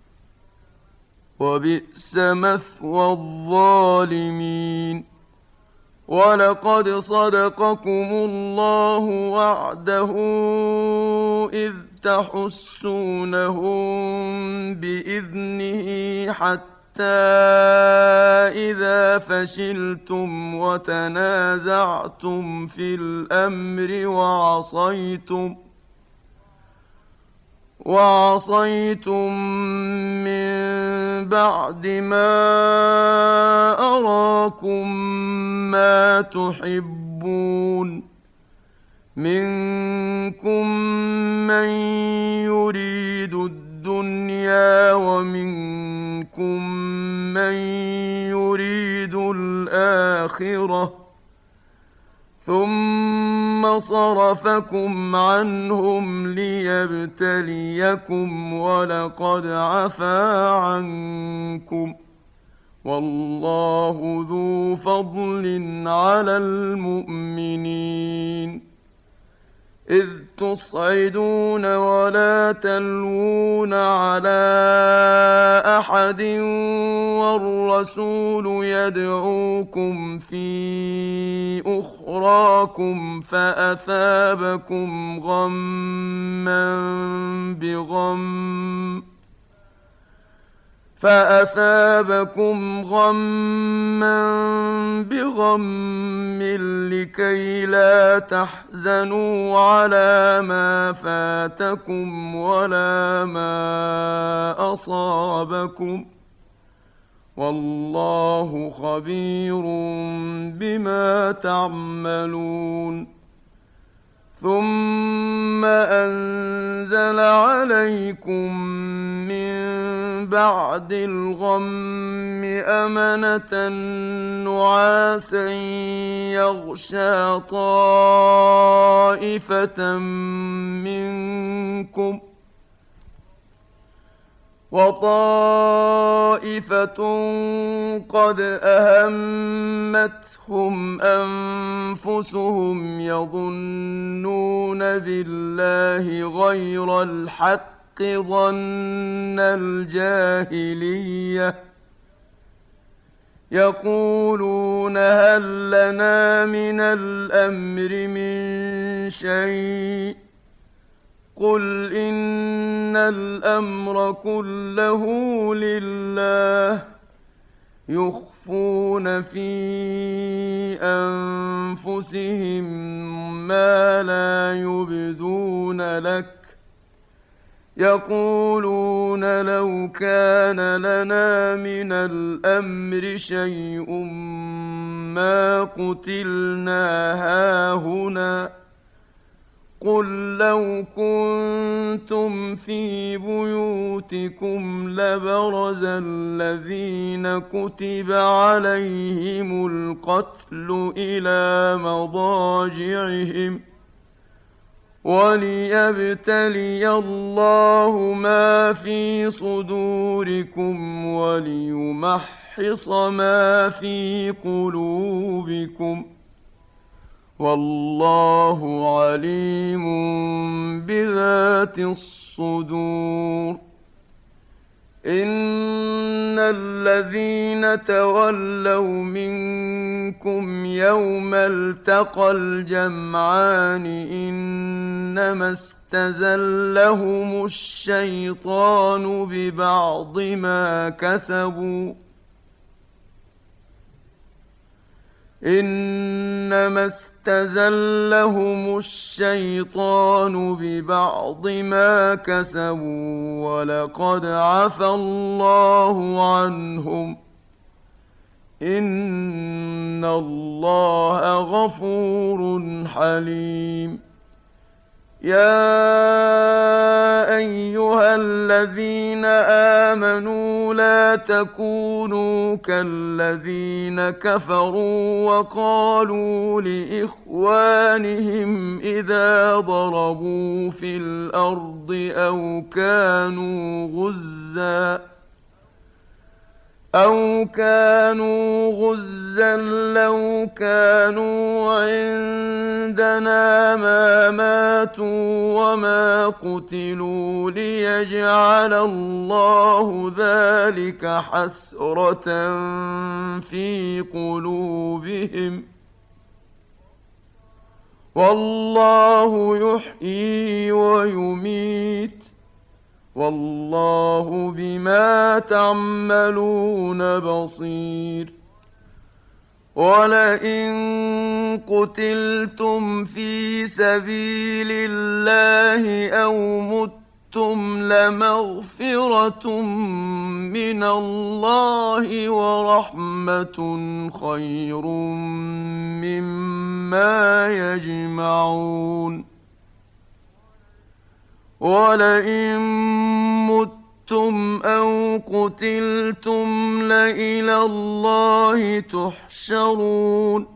وبئس مثوى الظالمين. ولقد صدقكم الله وعده إذ تحسونهم بإذنه حتى إذا فشلتم وتنازعتم في الأمر وعصيتم وعصيتم من بعد ما أراكم ما تحبون منكم من يريد الدنيا ومنكم من يريد الآخرة ثم صرفكم عنهم ليبتليكم ولقد عفا عنكم والله ذو فضل على المؤمنين. إذ تصعدون ولا تلوون على أحد والرسول يدعوكم في أخراكم فأثابكم غما بغم فأثابكم غما بغم لكي لا تحزنوا على ما فاتكم ولا ما أصابكم والله خبير بما تعملون. ثم أنزل عليكم من بعد الغم أمنة نعاسا يغشى طائفة منكم وطائفة قد أهمتهم أنفسهم يظنون بالله غير الحق ظن الجاهلية يقولون هل لنا من الأمر من شيء قل إن الأمر كله لله يخفى ويخفون في أنفسهم ما لا يبدون لك يقولون لو كان لنا من الأمر شيء ما قتلنا هاهنا قل لو كنتم في بيوتكم لبرز الذين كتب عليهم القتل إلى مضاجعهم وليبتلي الله ما في صدوركم وليمحص ما في قلوبكم والله عليم بذات الصدور. إن الذين تولوا منكم يوم التقى الجمعان إنما استزلهم الشيطان ببعض ما كسبوا إنما استزلهم الشيطان ببعض ما كسبوا ولقد عفى الله عنهم إن الله غفور حليم. يا أيها الذين آمنوا لا تكونوا كالذين كفروا وقالوا لإخوانهم إذا ضربوا في الأرض أو كانوا غزاً أو كانوا غزا لو كانوا عندنا ما ماتوا وما قتلوا ليجعل الله ذلك حسرة في قلوبهم والله يحيي ويميت والله بما تعملون بصير. ولئن قتلتم في سبيل الله أو متم لمغفرة من الله ورحمة خير مما يجمعون. ولئن متم أو قتلتم لإلى الله تحشرون.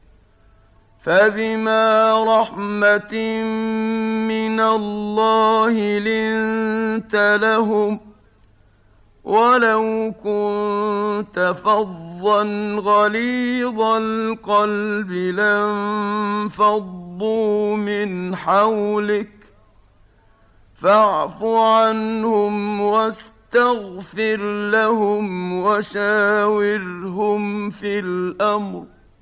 فبما رحمة من الله لنت لهم ولو كنت فظا غليظ القلب لانفضوا من حولك فاعف عنهم واستغفر لهم وشاورهم في الأمر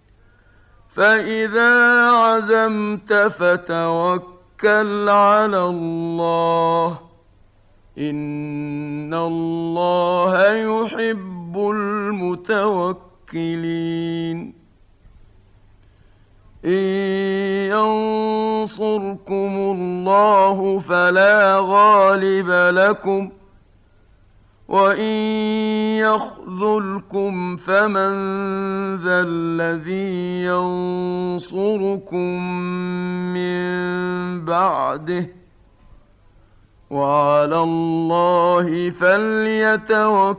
فإذا عزمت فتوكل على الله إن الله يحب المتوكلين. إن ينصركم الله فلا غالب لكم وإن يخذلكم فمن ذا الذي ينصركم من بعده وعلى الله فليتوكل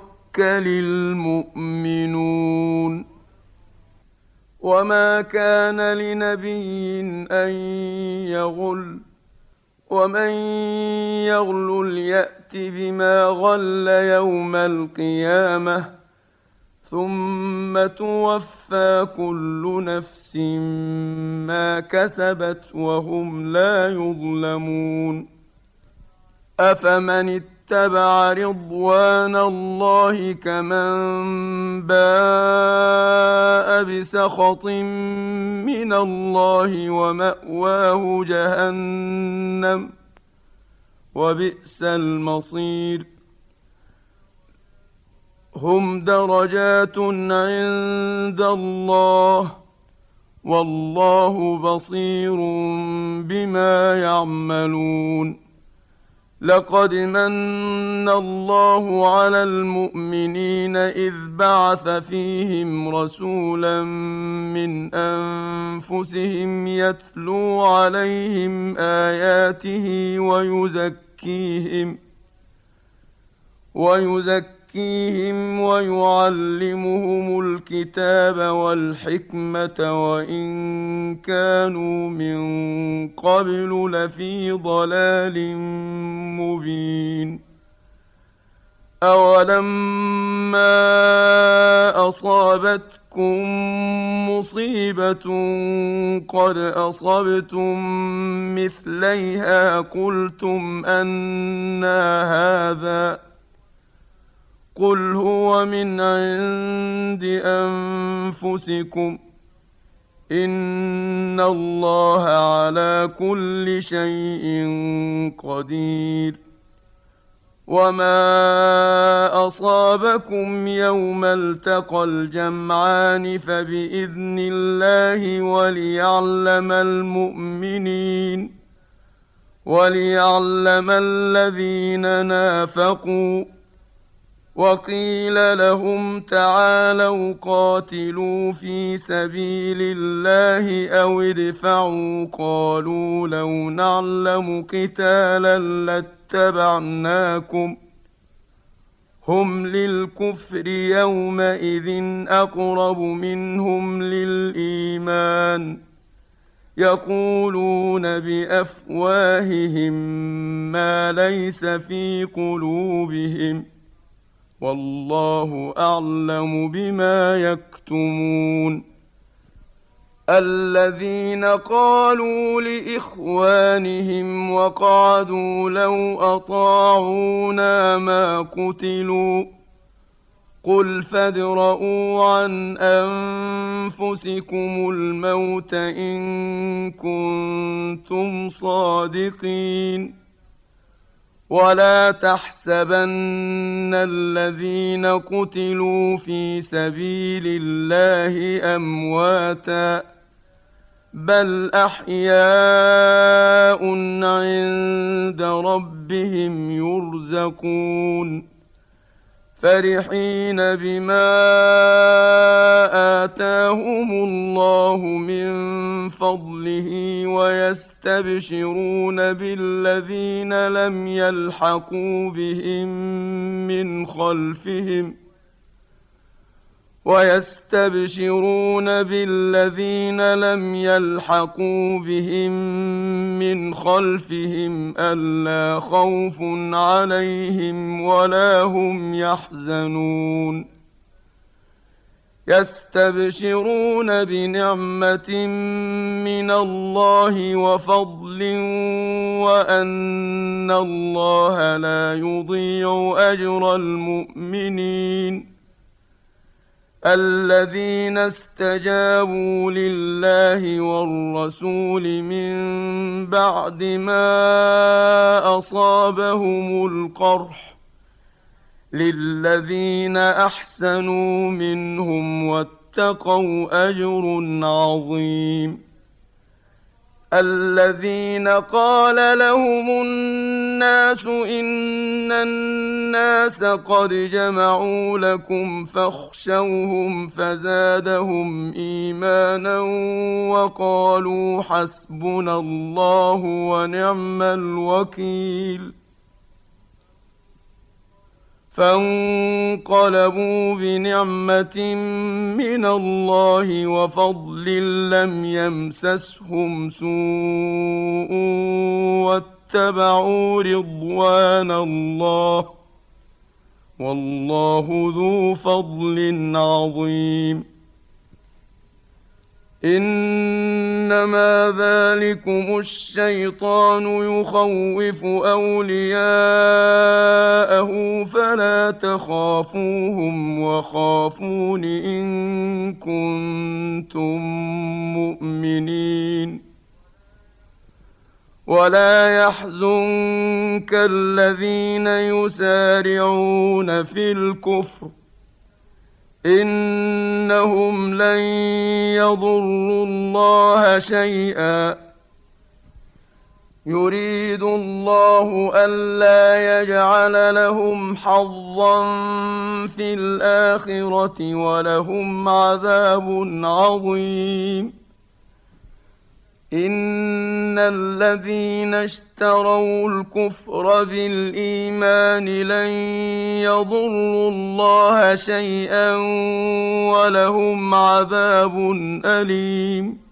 المؤمنون. وما كان لنبي أن يغل ومن يغل يأت بما غل يوم القيامة ثم توفى كل نفس ما كسبت وهم لا يظلمون. أفمن اتبع رضوان الله كمن باء بسخط من الله ومأواه جهنم وبئس المصير. هم درجات عند الله والله بصير بما يعملون. لقد من الله على المؤمنين إذ بعث فيهم رسولا من أنفسهم يتلو عليهم آياته ويزكيهم ويزكيهم ويعلمهم الكتاب والحكمة وإن كانوا من قبل لفي ضلال مبين. أولما أصابتكم مصيبة قد أصبتم مثليها قلتم أنى هذا قل هو من عند أنفسكم إن الله على كل شيء قدير. وما أصابكم يوم التقى الجمعان فبإذن الله وليعلم المؤمنين وليعلم الذين نافقوا. وقيل لهم تعالوا قاتلوا في سبيل الله أو ادفعوا قالوا لو نعلم قتالا لاتبعناكم هم للكفر يومئذ أقرب منهم للإيمان يقولون بأفواههم ما ليس في قلوبهم والله أعلم بما يكتمون. الذين قالوا لإخوانهم وقعدوا لو أطاعونا ما قتلوا قل فادرءوا عن أنفسكم الموت إن كنتم صادقين. ولا تحسبن الذين قتلوا في سبيل الله أمواتا بل أحياء عند ربهم يرزقون فرحين بما آتاهم الله من فضله ويستبشرون بالذين لم يلحقوا بهم من خلفهم ويستبشرون بالذين لم يلحقوا بهم من خلفهم ألا خوف عليهم ولا هم يحزنون. يستبشرون بنعمة من الله وفضل وأن الله لا يضيع أجر المؤمنين. الذين استجابوا لله والرسول من بعد ما أصابهم القرح للذين أحسنوا منهم واتقوا أجر عظيم. الذين قال لهم الناس إن الناس قد جمعوا لكم فاخشوهم فزادهم إيمانا وقالوا حسبنا الله ونعم الوكيل. فانقلبوا بنعمة من الله وفضل لم يمسسهم سوء واتبعوا رضوان الله والله ذو فضل عظيم. إنما ذلكم الشيطان يخوف أولياءه فلا تخافوهم وخافون إن كنتم مؤمنين. ولا يحزنك الذين يسارعون في الكفر إنهم لن يضروا الله شيئا يريد الله ألا يجعل لهم حظا في الآخرة ولهم عذاب عظيم إن الذين اشتروا الكفر بالإيمان لن يضروا الله شيئا ولهم عذاب أليم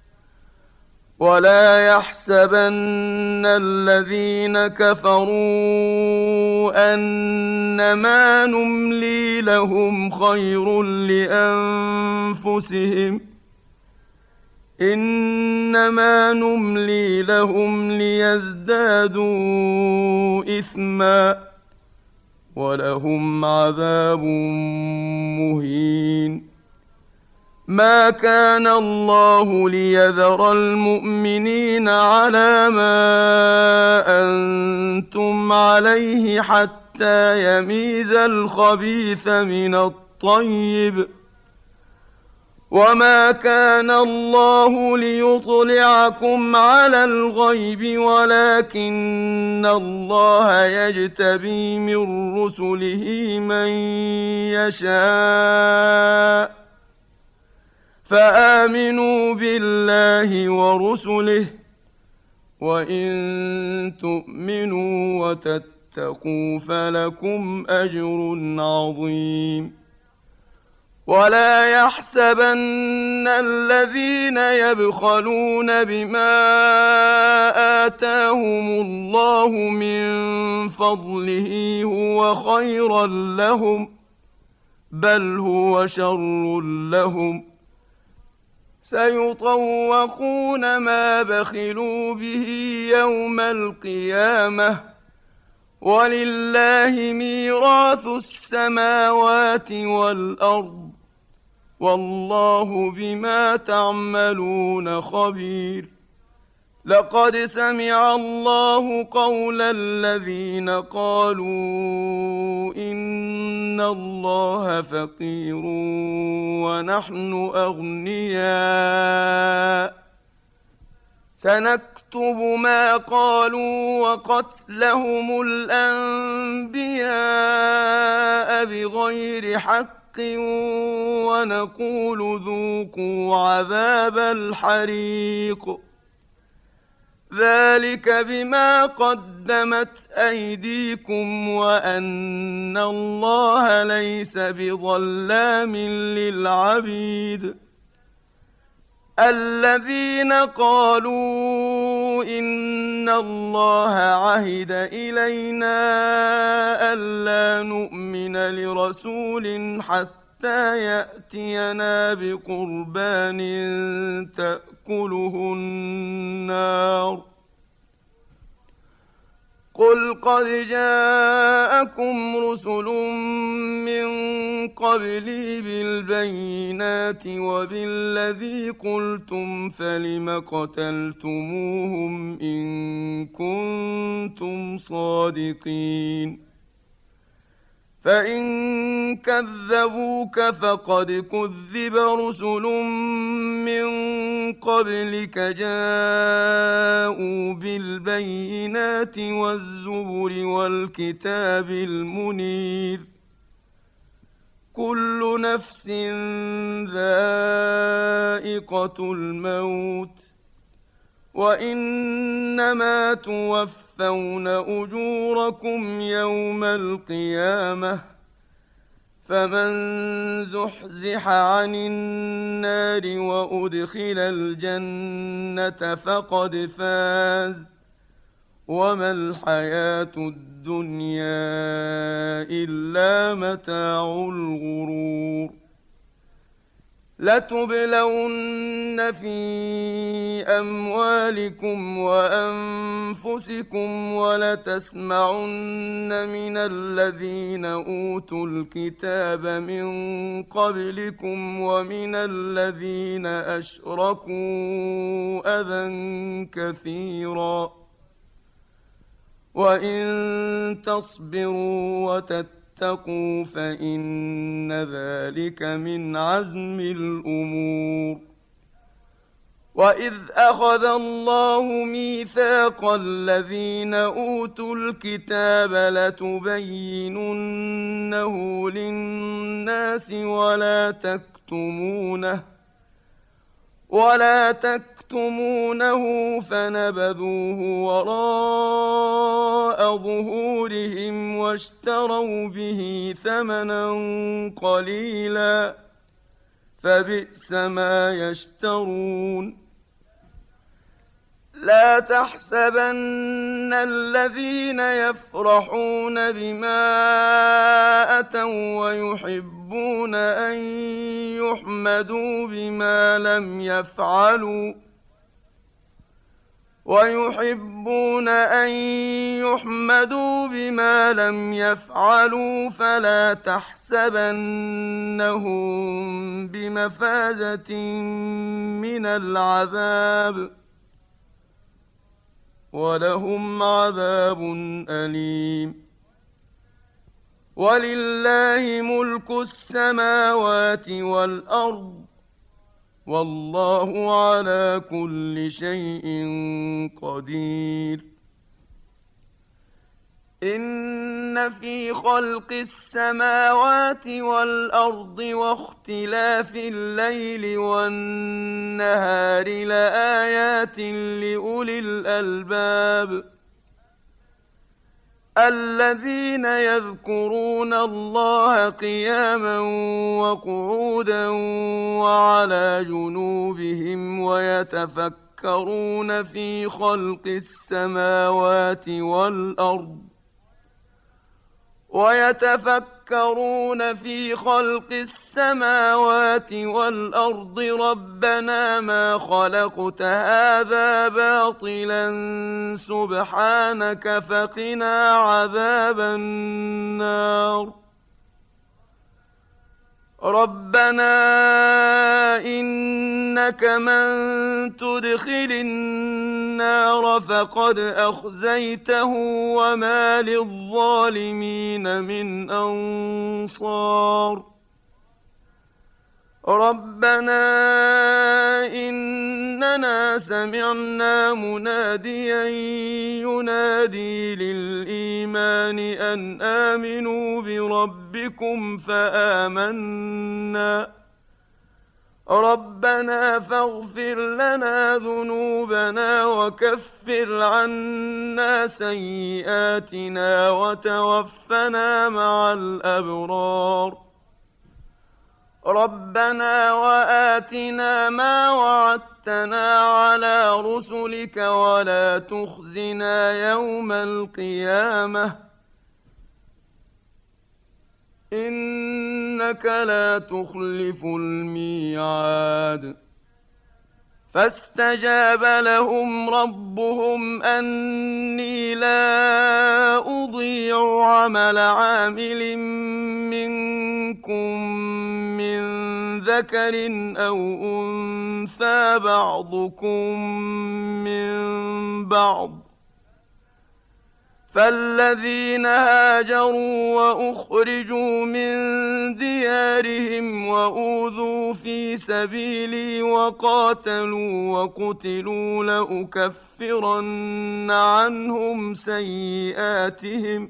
ولا يحسبن الذين كفروا أنما نملي لهم خير لأنفسهم إنما نملي لهم ليزدادوا إثما ولهم عذاب مهين ما كان الله ليذر المؤمنين على ما أنتم عليه حتى يميز الخبيث من الطيب وما كان الله ليطلعكم على الغيب ولكن الله يجتبي من رسله من يشاء فآمنوا بالله ورسله وإن تؤمنوا وتتقوا فلكم أجر عظيم ولا يحسبن الذين يبخلون بما آتاهم الله من فضله هو خيرا لهم بل هو شر لهم سيطوقون ما بخلوا به يوم القيامة ولله ميراث السماوات والأرض والله بما تعملون خبير لقد سمع الله قول الذين قالوا إن الله فقير ونحن أغنياء سنكتب ما قالوا وقتلهم الأنبياء بغير حق ونقول ذوقوا عذاب الحريق ذلك بما قدمت أيديكم وأن الله ليس بظلام للعبيد الذين قالوا إن الله عهد إلينا ألا نؤمن لرسول حتى يأتينا بقربان تأكله النار قل قد جاءكم رسل من قبلي بالبينات وبالذي قلتم فلم قتلتموهم إن كنتم صادقين فإن كذبوك فقد كذب رسل من قبلك جاءوا بالبينات والزبر والكتاب المنير كل نفس ذائقة الموت وإنما توفون أجوركم يوم القيامة فمن زحزح عن النار وأدخل الجنة فقد فاز وما الحياة الدنيا إلا متاع الغرور لتبلون في أموالكم وأنفسكم ولتسمعن من الذين أوتوا الكتاب من قبلكم ومن الذين أشركوا أذى كثيرا وإن تصبروا وتتقوا واتقوا فإن ذلك من عزم الأمور. وإذ أخذ الله ميثاق الذين أوتوا الكتاب لتبيننه للناس ولا تكتمونه ولا تكتمونه فنبذوه وراء ظهورهم واشتروا به ثمنا قليلا فبئس ما يشترون. لا تحسبن الذين يفرحون بما أتوا ويحبون أن يحمدوا بما لم يفعلوا ويحبون أن يحمدوا بما لم يفعلوا فلا تحسبنهم بمفازة من العذاب ولهم عذاب أليم. ولله ملك السماوات والأرض والله على كل شيء قدير. إن في خلق السماوات والأرض واختلاف الليل والنهار لآيات لأولي الألباب الذين يذكرون الله قياما وقعودا وعلى جنوبهم ويتفكرون في خلق السماوات والأرض ويتفكرون في خلق السماوات والأرض ربنا ما خلقت هذا باطلا سبحانك فقنا عذاب النار. ربنا إنك من تدخل النار فقد أخزيته وما للظالمين من أنصار. ربنا إننا سمعنا مناديا ينادي للإيمان أن آمنوا بربكم فآمنا ربنا فاغفر لنا ذنوبنا وكفر عنا سيئاتنا وتوفنا مع الأبرار. ربنا وآتنا ما وعدتنا على رسلك ولا تخزنا يوم القيامة إنك لا تخلف الميعاد. فاستجاب لهم ربهم أني لا أضيع عمل عامل منكم من ذكر أو أنثى بعضكم من بعض فالذين هاجروا وأخرجوا من ديارهم وأوذوا في سبيلي وقاتلوا وقتلوا لأكفرن عنهم سيئاتهم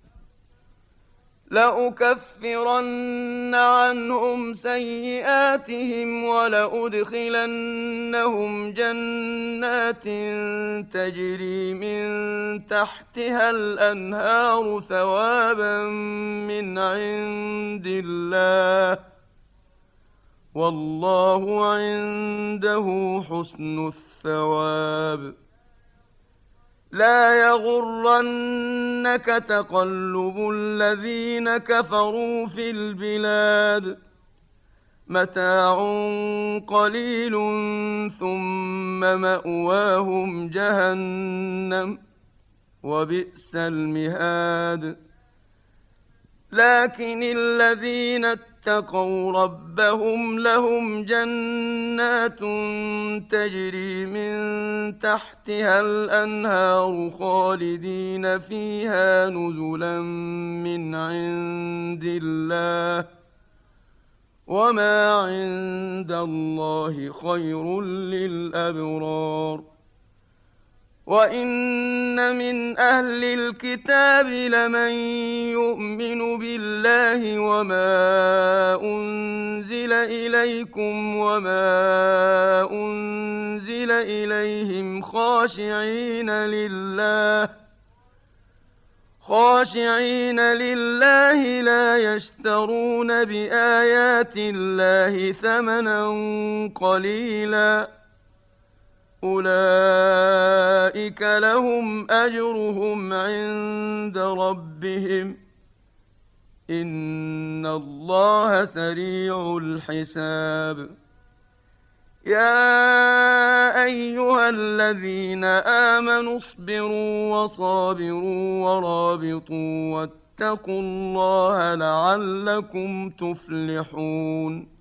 لأكفرن عنهم سيئاتهم ولأدخلنهم جنات تجري من تحتها الأنهار ثوابا من عند الله والله عنده حسن الثواب. لا يغرنك تقلب الذين كفروا في البلاد متاع قليل ثم مأواهم جهنم وبئس المهاد. لكن الذين اتقوا ربهم لهم جنات تجري من تحتها الأنهار خالدين فيها نزلا من عند الله وما عند الله خير للأبرار. وإن من أهل الكتاب لمن يؤمن بالله وما أنزل إليكم وما أنزل إليهم خاشعين لله خاشعين لله لا يشترون بآيات الله ثمنا قليلا أولئك لهم أجرهم عند ربهم إن الله سريع الحساب. يا أيها الذين آمنوا اصبروا وصابروا ورابطوا واتقوا الله لعلكم تفلحون.